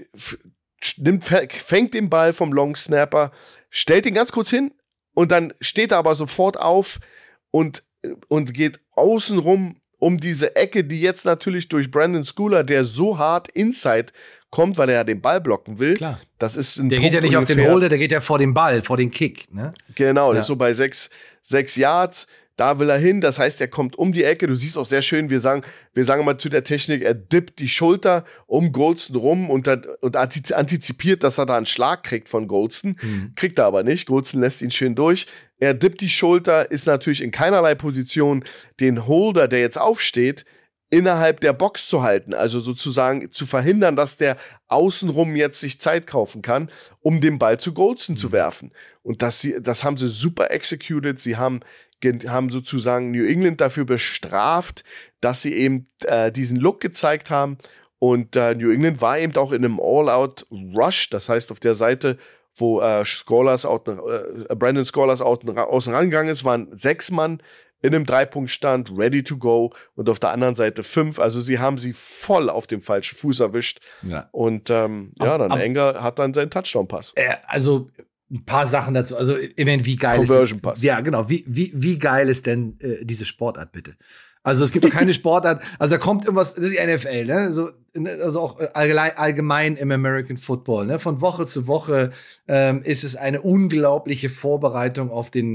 nimmt, fängt den Ball vom Long Snapper, stellt ihn ganz kurz hin und dann steht er aber sofort auf und und geht außenrum um diese Ecke, die jetzt natürlich durch Brandon Schooler, der so hart inside kommt, weil er ja den Ball blocken will. Klar. Das ist ein der Punkt geht ja nicht ungefähr. auf den Holder, der geht ja vor den Ball, vor den Kick. Ne? Genau, ja. das ist so bei sechs, sechs Yards. Da will er hin, das heißt, er kommt um die Ecke. Du siehst auch sehr schön, wir sagen, wir sagen mal zu der Technik, er dippt die Schulter um Golston rum und, dann, und antizipiert, dass er da einen Schlag kriegt von Golston. Mhm. Kriegt er aber nicht. Golston lässt ihn schön durch. Er dippt die Schulter, ist natürlich in keinerlei Position, den Holder, der jetzt aufsteht, innerhalb der Box zu halten. Also sozusagen zu verhindern, dass der außenrum jetzt sich Zeit kaufen kann, um den Ball zu Golston mhm. zu werfen. Und das, das haben sie super executed. Sie haben haben sozusagen New England dafür bestraft, dass sie eben äh, diesen Look gezeigt haben. Und äh, New England war eben auch in einem All-Out-Rush, das heißt auf der Seite, wo äh, Scholars out, äh, Brandon Scholars out, außen rangegangen ist, waren sechs Mann in einem Drei-Punkt-Stand, ready to go, und auf der anderen Seite fünf. Also sie haben sie voll auf dem falschen Fuß erwischt. Ja. Und ähm, ja, dann Enger hat dann seinen Touchdown-Pass. Äh, also ein paar Sachen dazu. Also, ich meine, wie geil Conversion ist Pass. Ja, genau. Wie, wie, wie geil ist denn äh, diese Sportart, bitte? Also, es gibt doch keine Sportart. Also, da kommt irgendwas, das ist die N F L, ne? So, also auch allgemein, allgemein im American Football, ne? Von Woche zu Woche ähm, ist es eine unglaubliche Vorbereitung auf den,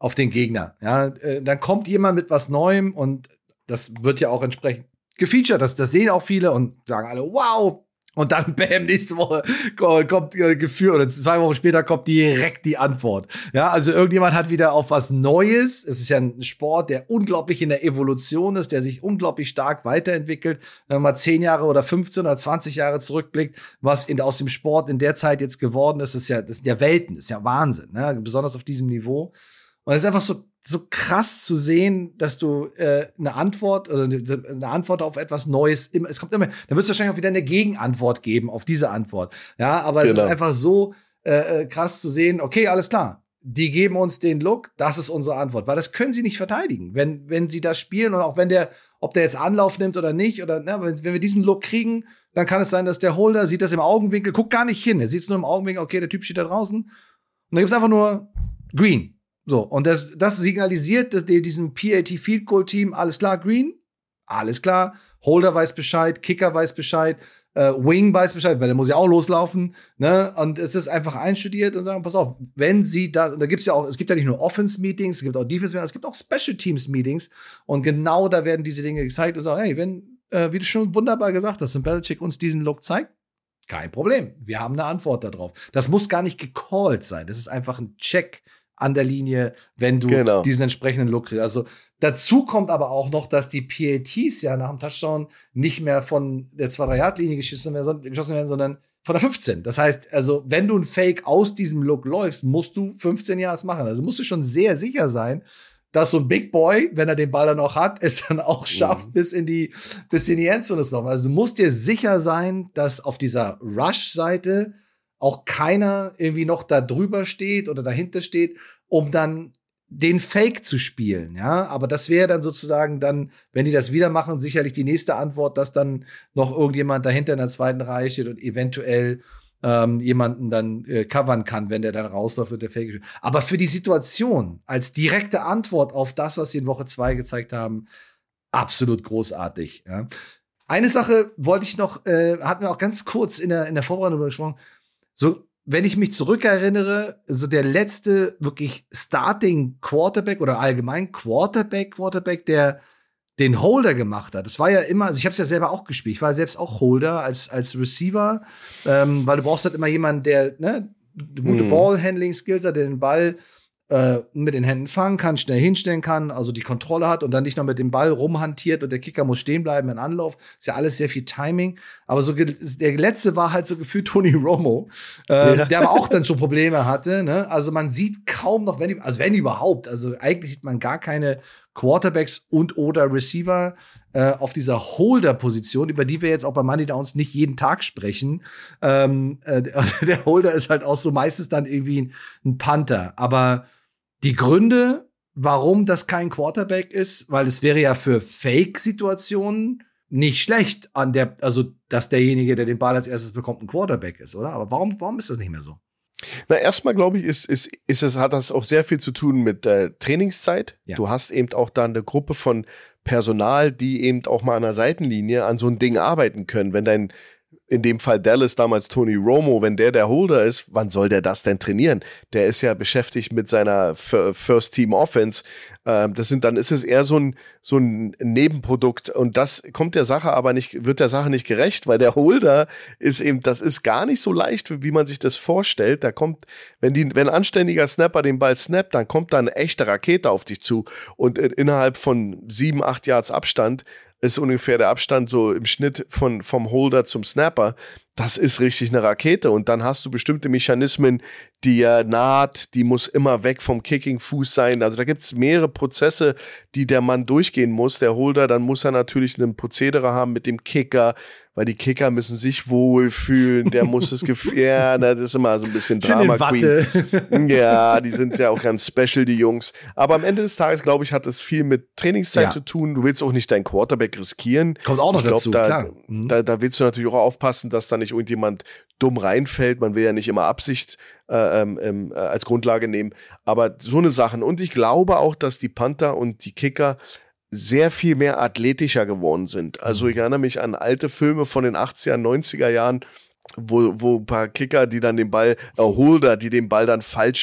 auf den Gegner. Ja, äh, dann kommt jemand mit was Neuem und das wird ja auch entsprechend gefeatured. Das, das sehen auch viele und sagen alle, wow. Und dann, bam, nächste Woche kommt äh, Gefühl, oder zwei Wochen später kommt direkt die Antwort. Ja, also irgendjemand hat wieder auf was Neues. Es ist ja ein Sport, der unglaublich in der Evolution ist, der sich unglaublich stark weiterentwickelt. Wenn man mal zehn Jahre oder fünfzehn oder zwanzig Jahre zurückblickt, was in, aus dem Sport in der Zeit jetzt geworden ist, ist ja, das sind ja Welten, das ist ja Wahnsinn, ne? Besonders auf diesem Niveau. Und es ist einfach so, so krass zu sehen, dass du äh, eine Antwort, also eine Antwort auf etwas Neues, immer, es kommt immer, dann wird es wahrscheinlich auch wieder eine Gegenantwort geben auf diese Antwort. Ja, aber genau. Es ist einfach so äh, krass zu sehen, okay, alles klar, die geben uns den Look, das ist unsere Antwort, weil das können sie nicht verteidigen, wenn, wenn sie das spielen und auch wenn der, ob der jetzt Anlauf nimmt oder nicht, oder ne, wenn, wenn wir diesen Look kriegen, dann kann es sein, dass der Holder sieht das im Augenwinkel, guckt gar nicht hin, er sieht es nur im Augenwinkel, okay, der Typ steht da draußen und dann gibt es einfach nur Green. So, und das, das signalisiert dass die, diesem P A T Field Goal Team, alles klar, Green, alles klar, Holder weiß Bescheid, Kicker weiß Bescheid, äh, Wing weiß Bescheid, weil der muss ja auch loslaufen, ne, und es ist einfach einstudiert und sagen, pass auf, wenn sie da, und da gibt's ja auch, es gibt ja nicht nur Offense-Meetings, es gibt auch Defense-Meetings, es gibt auch Special-Teams-Meetings und genau da werden diese Dinge gezeigt und sagen, hey, wenn, äh, wie du schon wunderbar gesagt hast, wenn Belichick uns diesen Look zeigt, kein Problem, wir haben eine Antwort darauf. Das muss gar nicht gecallt sein, das ist einfach ein Check an der Linie, wenn du genau. diesen entsprechenden Look kriegst. Also dazu kommt aber auch noch, dass die P A Ts ja nach dem Touchdown nicht mehr von der zwei drei Yard Linie geschossen werden, sondern von der fünfzehn. Das heißt, also wenn du ein Fake aus diesem Look läufst, musst du fünfzehn Yards machen. Also musst du schon sehr sicher sein, dass so ein Big Boy, wenn er den Ball dann noch hat, es dann auch schafft, mhm. bis in die bis in die Endzone zu laufen. Also du musst dir sicher sein, dass auf dieser Rush-Seite auch keiner irgendwie noch da drüber steht oder dahinter steht, um dann den Fake zu spielen, ja. Aber das wäre dann sozusagen dann, wenn die das wieder machen, sicherlich die nächste Antwort, dass dann noch irgendjemand dahinter in der zweiten Reihe steht und eventuell ähm, jemanden dann äh, covern kann, wenn der dann rausläuft und der Fake spielt. Aber für die Situation als direkte Antwort auf das, was sie in Woche zwei gezeigt haben, absolut großartig, ja. Eine Sache wollte ich noch, äh, hatten wir auch ganz kurz in der, in der Vorbereitung besprochen. So, wenn ich mich zurückerinnere, so der letzte wirklich Starting Quarterback oder allgemein Quarterback, Quarterback, der den Holder gemacht hat. Das war ja immer, also ich habe es ja selber auch gespielt. Ich war selbst auch Holder als als Receiver, ähm, weil du brauchst halt immer jemanden, der ne, gute mhm. Ballhandling-Skills hat, der den Ball äh, mit den Händen fangen kann, schnell hinstellen kann, also die Kontrolle hat und dann nicht noch mit dem Ball rumhantiert und der Kicker muss stehen bleiben in Anlauf. Ist ja alles sehr viel Timing. Aber so der letzte war halt so gefühlt Tony Romo, äh, ja. der aber auch dann schon Probleme hatte. Ne? Also man sieht kaum noch, wenn also wenn überhaupt, also eigentlich sieht man gar keine Quarterbacks und oder Receiver äh, auf dieser Holder-Position, über die wir jetzt auch bei Money Downs nicht jeden Tag sprechen. Ähm, äh, der Holder ist halt auch so meistens dann irgendwie ein, ein Panther. Aber die Gründe, warum das kein Quarterback ist, weil es wäre ja für Fake-Situationen nicht schlecht, an der, also dass derjenige, der den Ball als erstes bekommt, ein Quarterback ist, oder? Aber warum, warum ist das nicht mehr so? Na, erstmal glaube ich, ist, ist, ist es, hat das auch sehr viel zu tun mit äh, Trainingszeit. Ja. Du hast eben auch da eine Gruppe von Personal, die eben auch mal an der Seitenlinie an so ein Ding arbeiten können. Wenn dein, in dem Fall Dallas damals Tony Romo, wenn der der Holder ist, wann soll der das denn trainieren? Der ist ja beschäftigt mit seiner First Team Offense. Ähm, das sind, dann ist es eher so ein, so ein Nebenprodukt und das kommt der Sache aber nicht, wird der Sache nicht gerecht, weil der Holder ist eben, das ist gar nicht so leicht, wie man sich das vorstellt. Da kommt, wenn die, wenn ein anständiger Snapper den Ball snappt, dann kommt da eine echte Rakete auf dich zu und innerhalb von sieben, acht Yards Abstand ist ungefähr der Abstand so im Schnitt von, vom Holder zum Snapper. Das ist richtig eine Rakete. Und dann hast du bestimmte Mechanismen, die ja naht, die muss immer weg vom Kicking-Fuß sein. Also da gibt es mehrere Prozesse, die der Mann durchgehen muss. Der Holder, dann muss er natürlich ein Prozedere haben mit dem Kicker, weil die Kicker müssen sich wohlfühlen. Der muss das Gefühl, ja, das ist immer so ein bisschen Drama Queen. Ja, die sind ja auch ganz special, die Jungs. Aber am Ende des Tages, glaube ich, hat das viel mit Trainingszeit ja. zu tun. Du willst auch nicht deinen Quarterback riskieren. Kommt auch noch ich glaub, dazu, da, klar. Mhm. Da, da willst du natürlich auch aufpassen, dass da nicht irgendjemand dumm reinfällt. Man will ja nicht immer Absicht äh, ähm, äh, als Grundlage nehmen. Aber so eine Sachen. Und ich glaube auch, dass die Panther und die Kicker sehr viel mehr athletischer geworden sind. Also ich erinnere mich an alte Filme von den achtziger, neunziger Jahren, wo, wo ein paar Kicker, die dann den Ball, äh, Holder, die den Ball dann falsch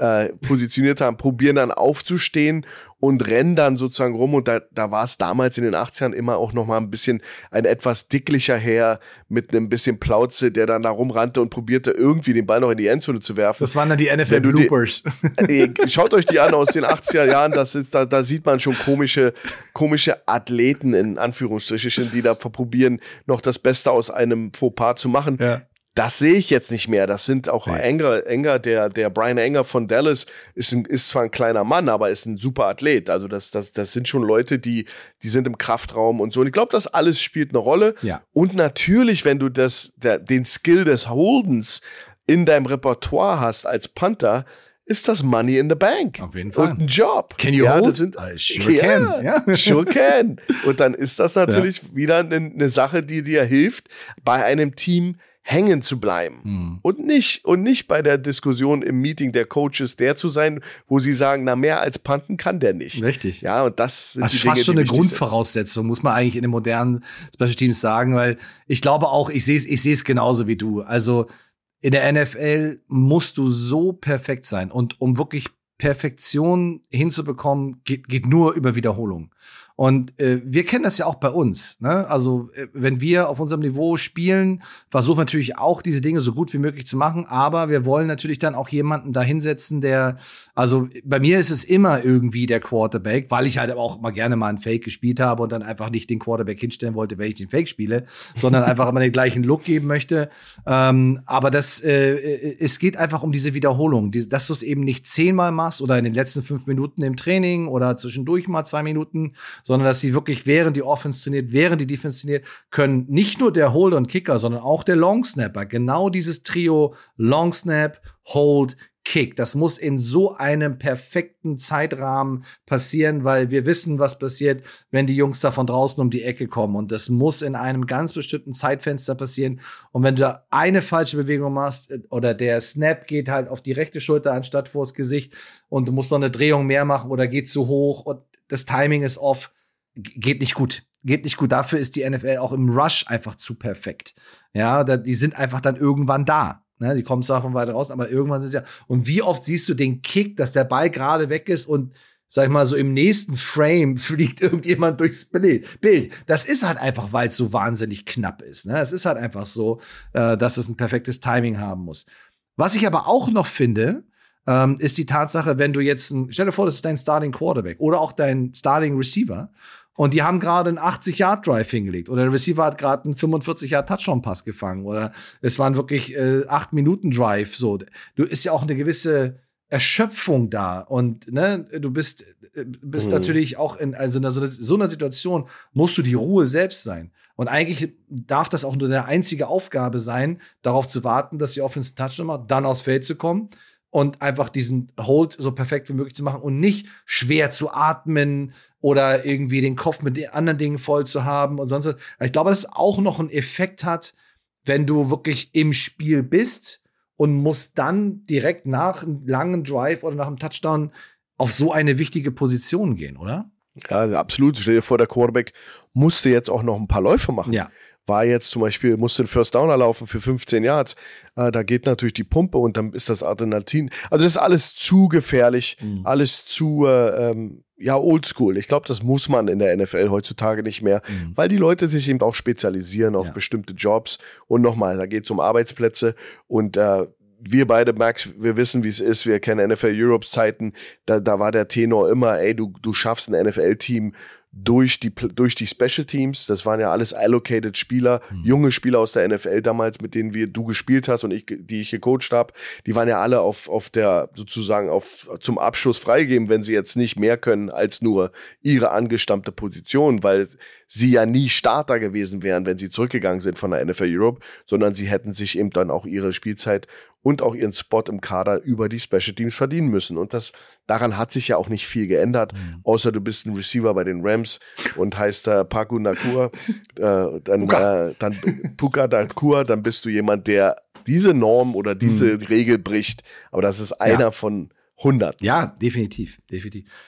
äh, positioniert haben, probieren dann aufzustehen und rennen dann sozusagen rum. Und da, da war es damals in den achtzigern immer auch noch mal ein bisschen ein etwas dicklicher Herr mit einem bisschen Plauze, der dann da rumrannte und probierte irgendwie den Ball noch in die Endzone zu werfen. Das waren dann die N F L-Bloopers. Schaut euch die an aus den achtziger Jahren, das ist, da, da sieht man schon komische, komische Athleten in Anführungsstrichen, die da probieren, noch das Beste aus einem Fauxpas zu machen. Ja. Das sehe ich jetzt nicht mehr. Das sind auch Nee. Enger, Enger, der, der Brian Enger von Dallas ist, ein, ist zwar ein kleiner Mann, aber ist ein super Athlet. Also das, das, das sind schon Leute, die, die sind im Kraftraum und so. Und ich glaube, das alles spielt eine Rolle. Ja. Und natürlich, wenn du das, der, den Skill des Holdens in deinem Repertoire hast als Panther, ist das Money in the Bank. Auf jeden Fall. Und ein Job. Can you ja, hold? Das sind, I sure ja, can. Ja. Sure can. Und dann ist das natürlich ja. wieder eine, eine Sache, die dir hilft, bei einem Team hängen zu bleiben. Hm. Und nicht, und nicht bei der Diskussion im Meeting der Coaches der zu sein, wo sie sagen, na, mehr als punten kann der nicht. Richtig. Ja, und das sind das die ist Dinge, fast schon die eine Grundvoraussetzung, sind. Muss man eigentlich in den modernen Special Teams sagen, weil ich glaube auch, ich sehe es, ich sehe es genauso wie du. Also in der N F L musst du so perfekt sein. Und um wirklich Perfektion hinzubekommen, geht, geht nur über Wiederholung. Und äh, wir kennen das ja auch bei uns. Ne? Also äh, wenn wir auf unserem Niveau spielen, versuchen wir natürlich auch diese Dinge so gut wie möglich zu machen. Aber wir wollen natürlich dann auch jemanden da hinsetzen, der, also bei mir ist es immer irgendwie der Quarterback, weil ich halt aber auch mal gerne mal einen Fake gespielt habe und dann einfach nicht den Quarterback hinstellen wollte, wenn ich den Fake spiele, sondern einfach immer den gleichen Look geben möchte. Ähm, aber das, äh, es geht einfach um diese Wiederholung, die, dass du es eben nicht zehnmal machst oder in den letzten fünf Minuten im Training oder zwischendurch mal zwei Minuten, sondern dass sie wirklich, während die Offense trainiert, während die Defense trainiert, können nicht nur der Holder und Kicker, sondern auch der Long Snapper, genau dieses Trio Long Snap, Hold, Kick. Das muss in so einem perfekten Zeitrahmen passieren, weil wir wissen, was passiert, wenn die Jungs da von draußen um die Ecke kommen. Und das muss in einem ganz bestimmten Zeitfenster passieren. Und wenn du da eine falsche Bewegung machst oder der Snap geht halt auf die rechte Schulter anstatt vors Gesicht und du musst noch eine Drehung mehr machen oder geht zu hoch und das Timing ist off, geht nicht gut. Geht nicht gut. Dafür ist die N F L auch im Rush einfach zu perfekt. Ja, da, die sind einfach dann irgendwann da. Ne, die kommen zwar von weiter raus, aber irgendwann sind sie ja. Und wie oft siehst du den Kick, dass der Ball gerade weg ist und, sag ich mal, so im nächsten Frame fliegt irgendjemand durchs Bild. Das ist halt einfach, weil es so wahnsinnig knapp ist. Ne? Es ist halt einfach so, äh, dass es ein perfektes Timing haben muss. Was ich aber auch noch finde, ähm, ist die Tatsache, wenn du jetzt, ein, stell dir vor, das ist dein Starting Quarterback oder auch dein Starting Receiver und die haben gerade einen achtzig-Yard-Drive hingelegt oder der Receiver hat gerade einen fünfundvierzig-Yard-Touchdown-Pass gefangen oder es waren wirklich äh, acht Minuten Drive. So, du ist ja auch eine gewisse Erschöpfung da und ne, du bist bist mhm. natürlich auch in also in so, so einer Situation musst du die Ruhe selbst sein. Und eigentlich darf das auch nur deine einzige Aufgabe sein, darauf zu warten, dass die Offense Touchdown macht, dann aufs Feld zu kommen und einfach diesen Hold so perfekt wie möglich zu machen und nicht schwer zu atmen oder irgendwie den Kopf mit den anderen Dingen voll zu haben und sonst was. Ich glaube, dass es auch noch einen Effekt hat, wenn du wirklich im Spiel bist und musst dann direkt nach einem langen Drive oder nach einem Touchdown auf so eine wichtige Position gehen, oder? Ja, absolut. Stell dir vor, der Quarterback musste jetzt auch noch ein paar Läufe machen. Ja. War jetzt zum Beispiel, musste den First Downer laufen für fünfzehn Yards. Äh, da geht natürlich die Pumpe und dann ist das Adrenalin. Also das ist alles zu gefährlich, mhm. alles zu äh, ähm, ja, oldschool. Ich glaube, das muss man in der N F L heutzutage nicht mehr, mhm. weil die Leute sich eben auch spezialisieren auf ja. bestimmte Jobs. Und nochmal, da geht es um Arbeitsplätze und äh, wir beide, Max, wir wissen, wie es ist. Wir kennen N F L Europes Zeiten. Da, da war der Tenor immer, ey, du, du schaffst ein N F L-Team durch die, durch die Special Teams. Das waren ja alles allocated Spieler, mhm. junge Spieler aus der N F L damals, mit denen wir, du gespielt hast und ich, die ich gecoacht habe. Die waren ja alle auf, auf der, sozusagen auf, zum Abschluss freigegeben, wenn sie jetzt nicht mehr können als nur ihre angestammte Position, weil sie ja nie Starter gewesen wären, wenn sie zurückgegangen sind von der N F L Europe, sondern sie hätten sich eben dann auch ihre Spielzeit und auch ihren Spot im Kader über die Special Teams verdienen müssen. Und das, daran hat sich ja auch nicht viel geändert, mhm. außer du bist ein Receiver bei den Rams und heißt äh, Paku Nakua, äh, dann, Puka. äh, dann Puka Nakua, dann bist du jemand, der diese Norm oder diese mhm. Regel bricht. Aber das ist einer ja. von hundert. Ja, definitiv, definitiv.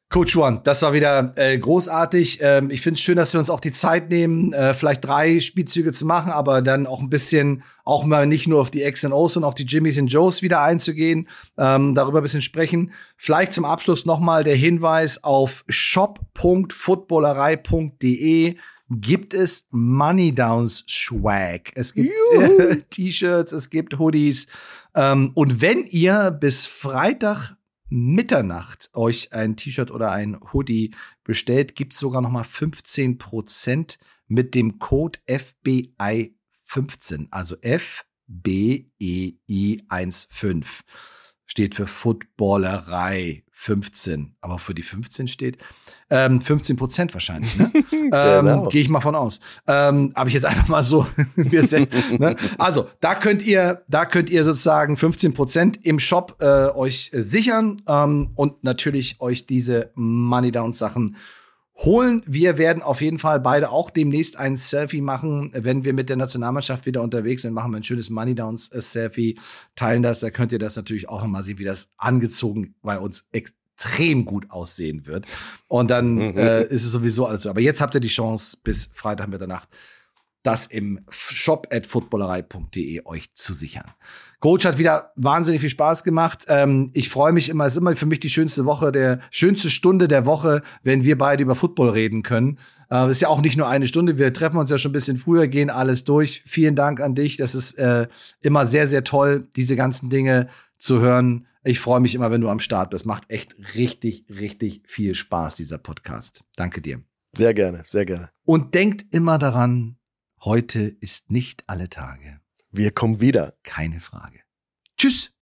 Coach One, das war wieder äh, großartig. Ähm, ich finde es schön, dass wir uns auch die Zeit nehmen, äh, vielleicht drei Spielzüge zu machen, aber dann auch ein bisschen, auch mal nicht nur auf die X und O's, sondern auf die Jimmys und Joes wieder einzugehen, ähm, darüber ein bisschen sprechen. Vielleicht zum Abschluss nochmal der Hinweis auf shop punkt footballerei punkt de gibt es Money Downs Swag. Es gibt äh, T-Shirts, es gibt Hoodies. Ähm, und wenn ihr bis Freitag Mitternacht euch ein T-Shirt oder ein Hoodie bestellt, gibt's sogar noch mal fünfzehn Prozent mit dem Code F B I fünfzehn, also F B E I fünfzehn. Steht für Footballerei fünfzehn, aber für die fünfzehn steht ähm, fünfzehn Prozent wahrscheinlich, ne? Genau. ähm, Gehe ich mal von aus. Ähm, Habe ich jetzt einfach mal so. ne? Also da könnt ihr, da könnt ihr sozusagen fünfzehn Prozent im Shop äh, euch sichern ähm, und natürlich euch diese Money Downs Sachen holen. Wir werden auf jeden Fall beide auch demnächst ein Selfie machen, wenn wir mit der Nationalmannschaft wieder unterwegs sind. Machen wir ein schönes Money Downs Selfie, teilen das. Da könnt ihr das natürlich auch noch mal sehen, wie das angezogen bei uns extrem gut aussehen wird. Und dann mhm. äh, ist es sowieso alles so. Aber jetzt habt ihr die Chance, bis Freitag Mitternacht das im shop at footballerei punkt de euch zu sichern. Coach, hat wieder wahnsinnig viel Spaß gemacht. Ähm, ich freue mich immer, es ist immer für mich die schönste Woche, der schönste Stunde der Woche, wenn wir beide über Football reden können. Äh, ist ja auch nicht nur eine Stunde, wir treffen uns ja schon ein bisschen früher, gehen alles durch. Vielen Dank an dich, das ist äh, immer sehr, sehr toll, diese ganzen Dinge zu hören. Ich freue mich immer, wenn du am Start bist. Macht echt richtig, richtig viel Spaß, dieser Podcast. Danke dir. Sehr gerne, sehr gerne. Und denkt immer daran, heute ist nicht alle Tage. Wir kommen wieder. Keine Frage. Tschüss.